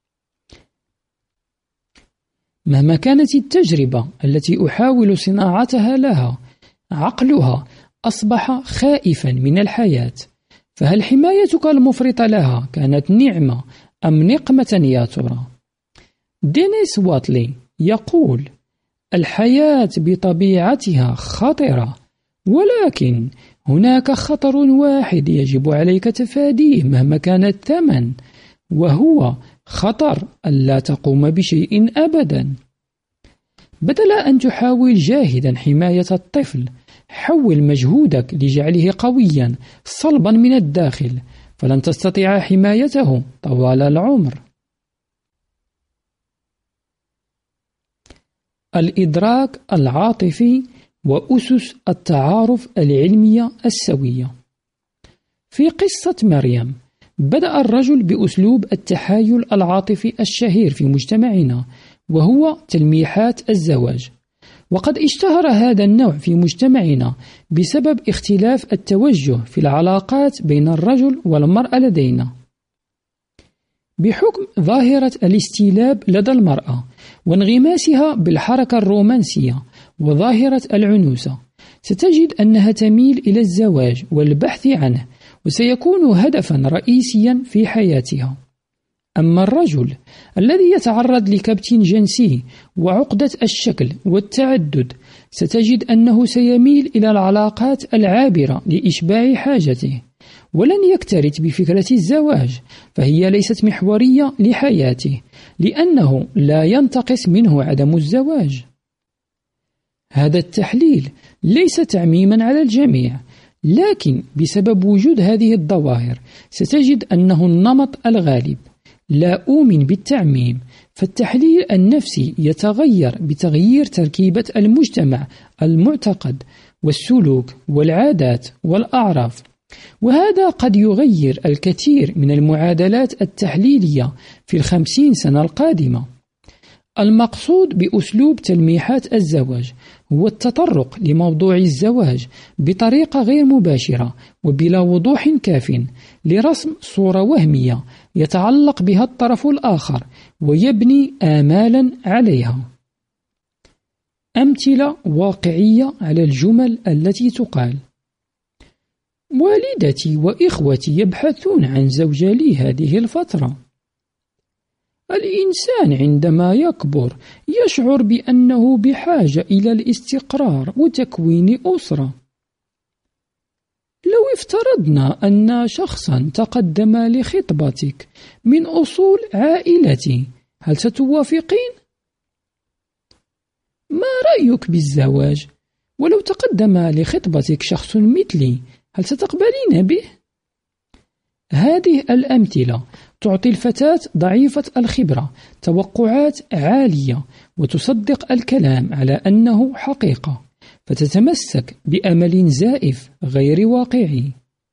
مهما كانت التجربة التي أحاول صناعتها لها، عقلها أصبح خائفا من الحياة. فهل حمايتك المفرطة لها كانت نعمة أم نقمة يا ترى؟ دينيس واتلي يقول: الحياة بطبيعتها خطرة، ولكن هناك خطر واحد يجب عليك تفاديه مهما كان الثمن، وهو خطر ألا تقوم بشيء أبدا. بدل أن تحاول جاهدا حماية الطفل، حول مجهودك لجعله قويا صلبا من الداخل، فلن تستطيع حمايته طوال العمر. الإدراك العاطفي وأسس التعارف العلمية السوية. في قصة مريم، بدأ الرجل بأسلوب التحايل العاطفي الشهير في مجتمعنا، وهو تلميحات الزواج. وقد اشتهر هذا النوع في مجتمعنا بسبب اختلاف التوجه في العلاقات بين الرجل والمرأة لدينا. بحكم ظاهرة الاستيلاب لدى المرأة وانغماسها بالحركة الرومانسية وظاهرة العنوسة، ستجد أنها تميل إلى الزواج والبحث عنه، وسيكون هدفا رئيسيا في حياتها. أما الرجل الذي يتعرض لكبت جنسي وعقدة الشكل والتعدد، ستجد أنه سيميل إلى العلاقات العابرة لإشباع حاجته، ولن يكترث بفكرة الزواج، فهي ليست محورية لحياته، لأنه لا ينتقص منه عدم الزواج. هذا التحليل ليس تعميما على الجميع، لكن بسبب وجود هذه الظواهر ستجد أنه النمط الغالب. لا أؤمن بالتعميم، فالتحليل النفسي يتغير بتغيير تركيبة المجتمع، المعتقد والسلوك والعادات والأعراف، وهذا قد يغير الكثير من المعادلات التحليلية في 50 سنة القادمة. المقصود بأسلوب تلميحات الزواج هو التطرق لموضوع الزواج بطريقة غير مباشرة وبلا وضوح كاف لرسم صورة وهمية يتعلق بها الطرف الآخر ويبني آمالا عليها. أمثلة واقعية على الجمل التي تقال: والدتي وإخوتي يبحثون عن زوجة لي هذه الفترة. الإنسان عندما يكبر يشعر بأنه بحاجة إلى الاستقرار وتكوين أسرة. لو افترضنا أن شخصا تقدم لخطبتك من أصول عائلتي، هل ستوافقين؟ ما رأيك بالزواج؟ ولو تقدم لخطبتك شخص مثلي، هل ستقبلين به؟ هذه الأمثلة تعطي الفتاة ضعيفة الخبرة توقعات عالية، وتصدق الكلام على أنه حقيقة، فتتمسك بأمل زائف غير واقعي.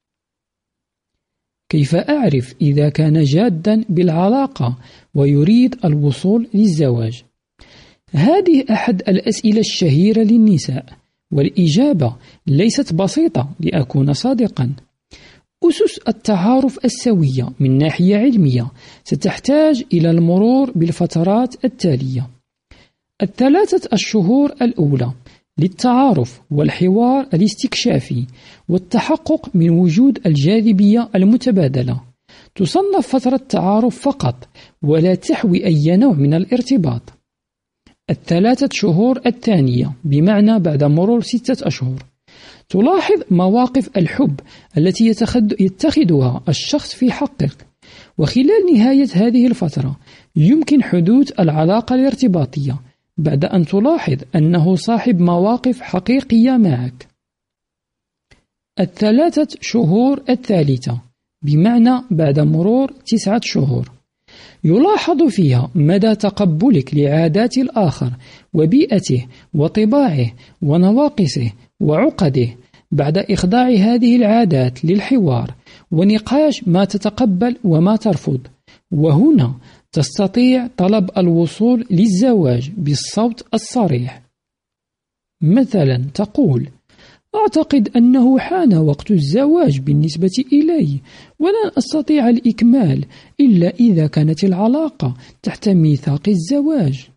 كيف أعرف إذا كان جادا بالعلاقة ويريد الوصول للزواج؟ هذه أحد الأسئلة الشهيرة للنساء، والإجابة ليست بسيطة لأكون صادقا. أسس التعارف السوية من ناحية علمية ستحتاج إلى المرور بالفترات التالية: 3 الشهور الأولى للتعارف والحوار الاستكشافي والتحقق من وجود الجاذبية المتبادلة. تصنف فترة تعارف فقط ولا تحوي أي نوع من الارتباط. 3 شهور الثانية، بمعنى بعد مرور 6 أشهر، تلاحظ مواقف الحب التي يتخذها الشخص في حقك، وخلال نهاية هذه الفترة يمكن حدوث العلاقة الارتباطية بعد أن تلاحظ أنه صاحب مواقف حقيقية معك. 3 شهور الثالثة، بمعنى بعد مرور 9 شهور، يلاحظ فيها مدى تقبلك لعادات الآخر وبيئته وطباعه ونواقصه وعقده بعد إخضاع هذه العادات للحوار ونقاش ما تتقبل وما ترفض. وهنا تستطيع طلب الوصول للزواج بالصوت الصريح. مثلا تقول: أعتقد أنه حان وقت الزواج بالنسبة إلي، ولن أستطيع الإكمال إلا إذا كانت العلاقة تحت ميثاق الزواج.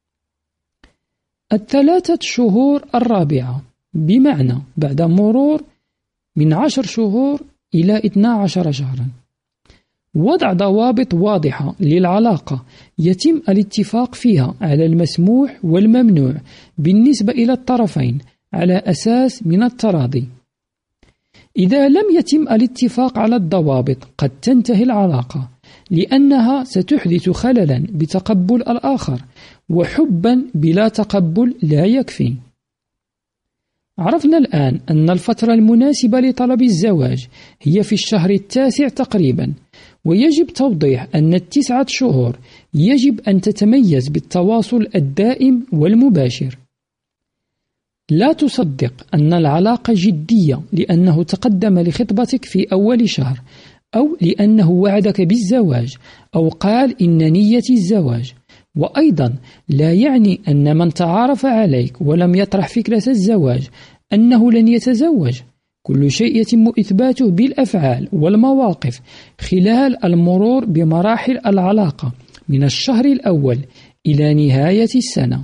3 شهور الرابعة، بمعنى بعد مرور من 10 شهور إلى 12 شهرا، وضع ضوابط واضحة للعلاقة يتم الاتفاق فيها على المسموح والممنوع بالنسبة إلى الطرفين على أساس من التراضي. إذا لم يتم الاتفاق على الضوابط قد تنتهي العلاقة، لأنها ستحدث خللا بتقبل الآخر، وحبا بلا تقبل لا يكفي. عرفنا الآن أن الفترة المناسبة لطلب الزواج هي في الشهر 9 تقريبا، ويجب توضيح أن 9 شهور يجب أن تتميز بالتواصل الدائم والمباشر. لا تصدق أن العلاقة جدية لأنه تقدم لخطبتك في أول شهر، أو لأنه وعدك بالزواج، أو قال إن نيتي الزواج. وأيضا لا يعني أن من تعارف عليك ولم يطرح فكرة الزواج أنه لن يتزوج. كل شيء يتم إثباته بالأفعال والمواقف خلال المرور بمراحل العلاقة من الشهر الأول إلى نهاية السنة.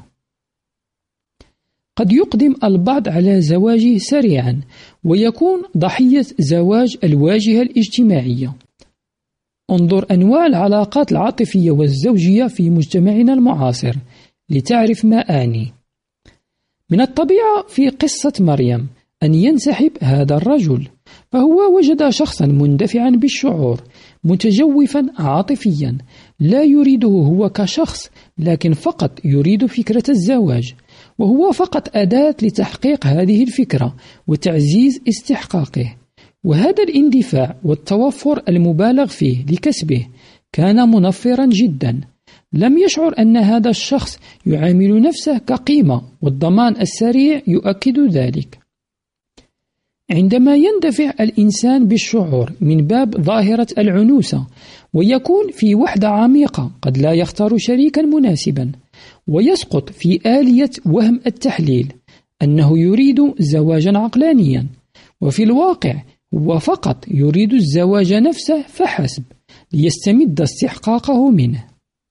قد يقدم البعض على زواجه سريعا ويكون ضحية زواج الواجهة الاجتماعية. انظر أنواع العلاقات العاطفية والزوجية في مجتمعنا المعاصر لتعرف ما أعني. من الطبيعة في قصة مريم أن ينسحب هذا الرجل، فهو وجد شخصا مندفعا بالشعور متجوفا عاطفيا، لا يريده هو كشخص، لكن فقط يريد فكرة الزواج، وهو فقط أداة لتحقيق هذه الفكرة وتعزيز استحقاقه. وهذا الاندفاع والتوفر المبالغ فيه لكسبه كان منفرا جدا. لم يشعر أن هذا الشخص يعامل نفسه كقيمة، والضمان السريع يؤكد ذلك. عندما يندفع الإنسان بالشعور من باب ظاهرة العنوسة ويكون في وحدة عميقة، قد لا يختار شريكا مناسبا، ويسقط في آلية وهم التحليل أنه يريد زواجا عقلانيا، وفي الواقع هو فقط يريد الزواج نفسه فحسب ليستمد استحقاقه منه.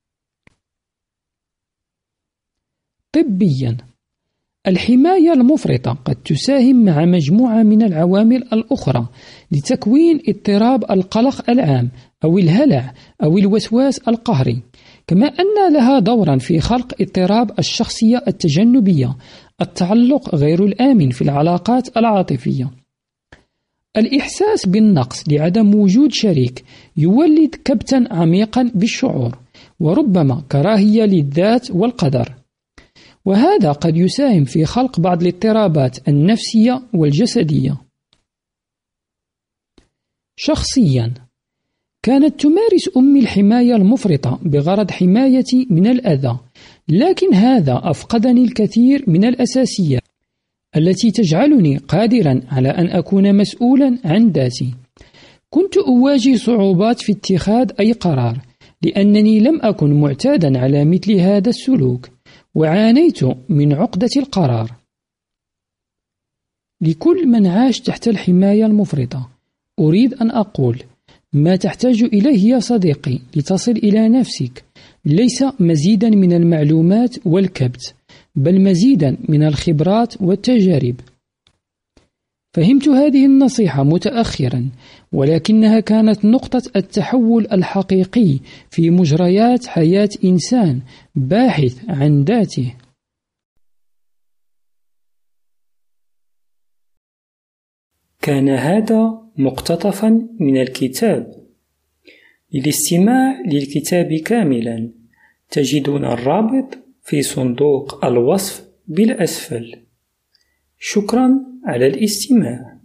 طبيا، الحماية المفرطة قد تساهم مع مجموعة من العوامل الأخرى لتكوين اضطراب القلق العام أو الهلع أو الوسواس القهري، كما أن لها دورا في خلق اضطراب الشخصية التجنبية، التعلق غير الآمن في العلاقات العاطفية. الإحساس بالنقص لعدم وجود شريك يولد كبتا عميقا بالشعور، وربما كراهية للذات والقدر، وهذا قد يساهم في خلق بعض الاضطرابات النفسية والجسدية. شخصيا، كانت تمارس أمي الحماية المفرطة بغرض حمايتي من الأذى، لكن هذا أفقدني الكثير من الأساسيات التي تجعلني قادرا على أن أكون مسؤولا عن ذاتي. كنت أواجه صعوبات في اتخاذ أي قرار لأنني لم أكن معتادا على مثل هذا السلوك، وعانيت من عقدة القرار. لكل من عاش تحت الحماية المفرطة أريد أن أقول: ما تحتاج إليه يا صديقي لتصل إلى نفسك ليس مزيدا من المعلومات والكبت، بل مزيدا من الخبرات والتجارب. فهمت هذه النصيحة متأخرا، ولكنها كانت نقطة التحول الحقيقي في مجريات حياة إنسان باحث عن ذاته. كان هذا مقتطفا من الكتاب للاستماع للكتاب كاملا تجدون الرابط في صندوق الوصف بالأسفل. شكرا على الاستماع.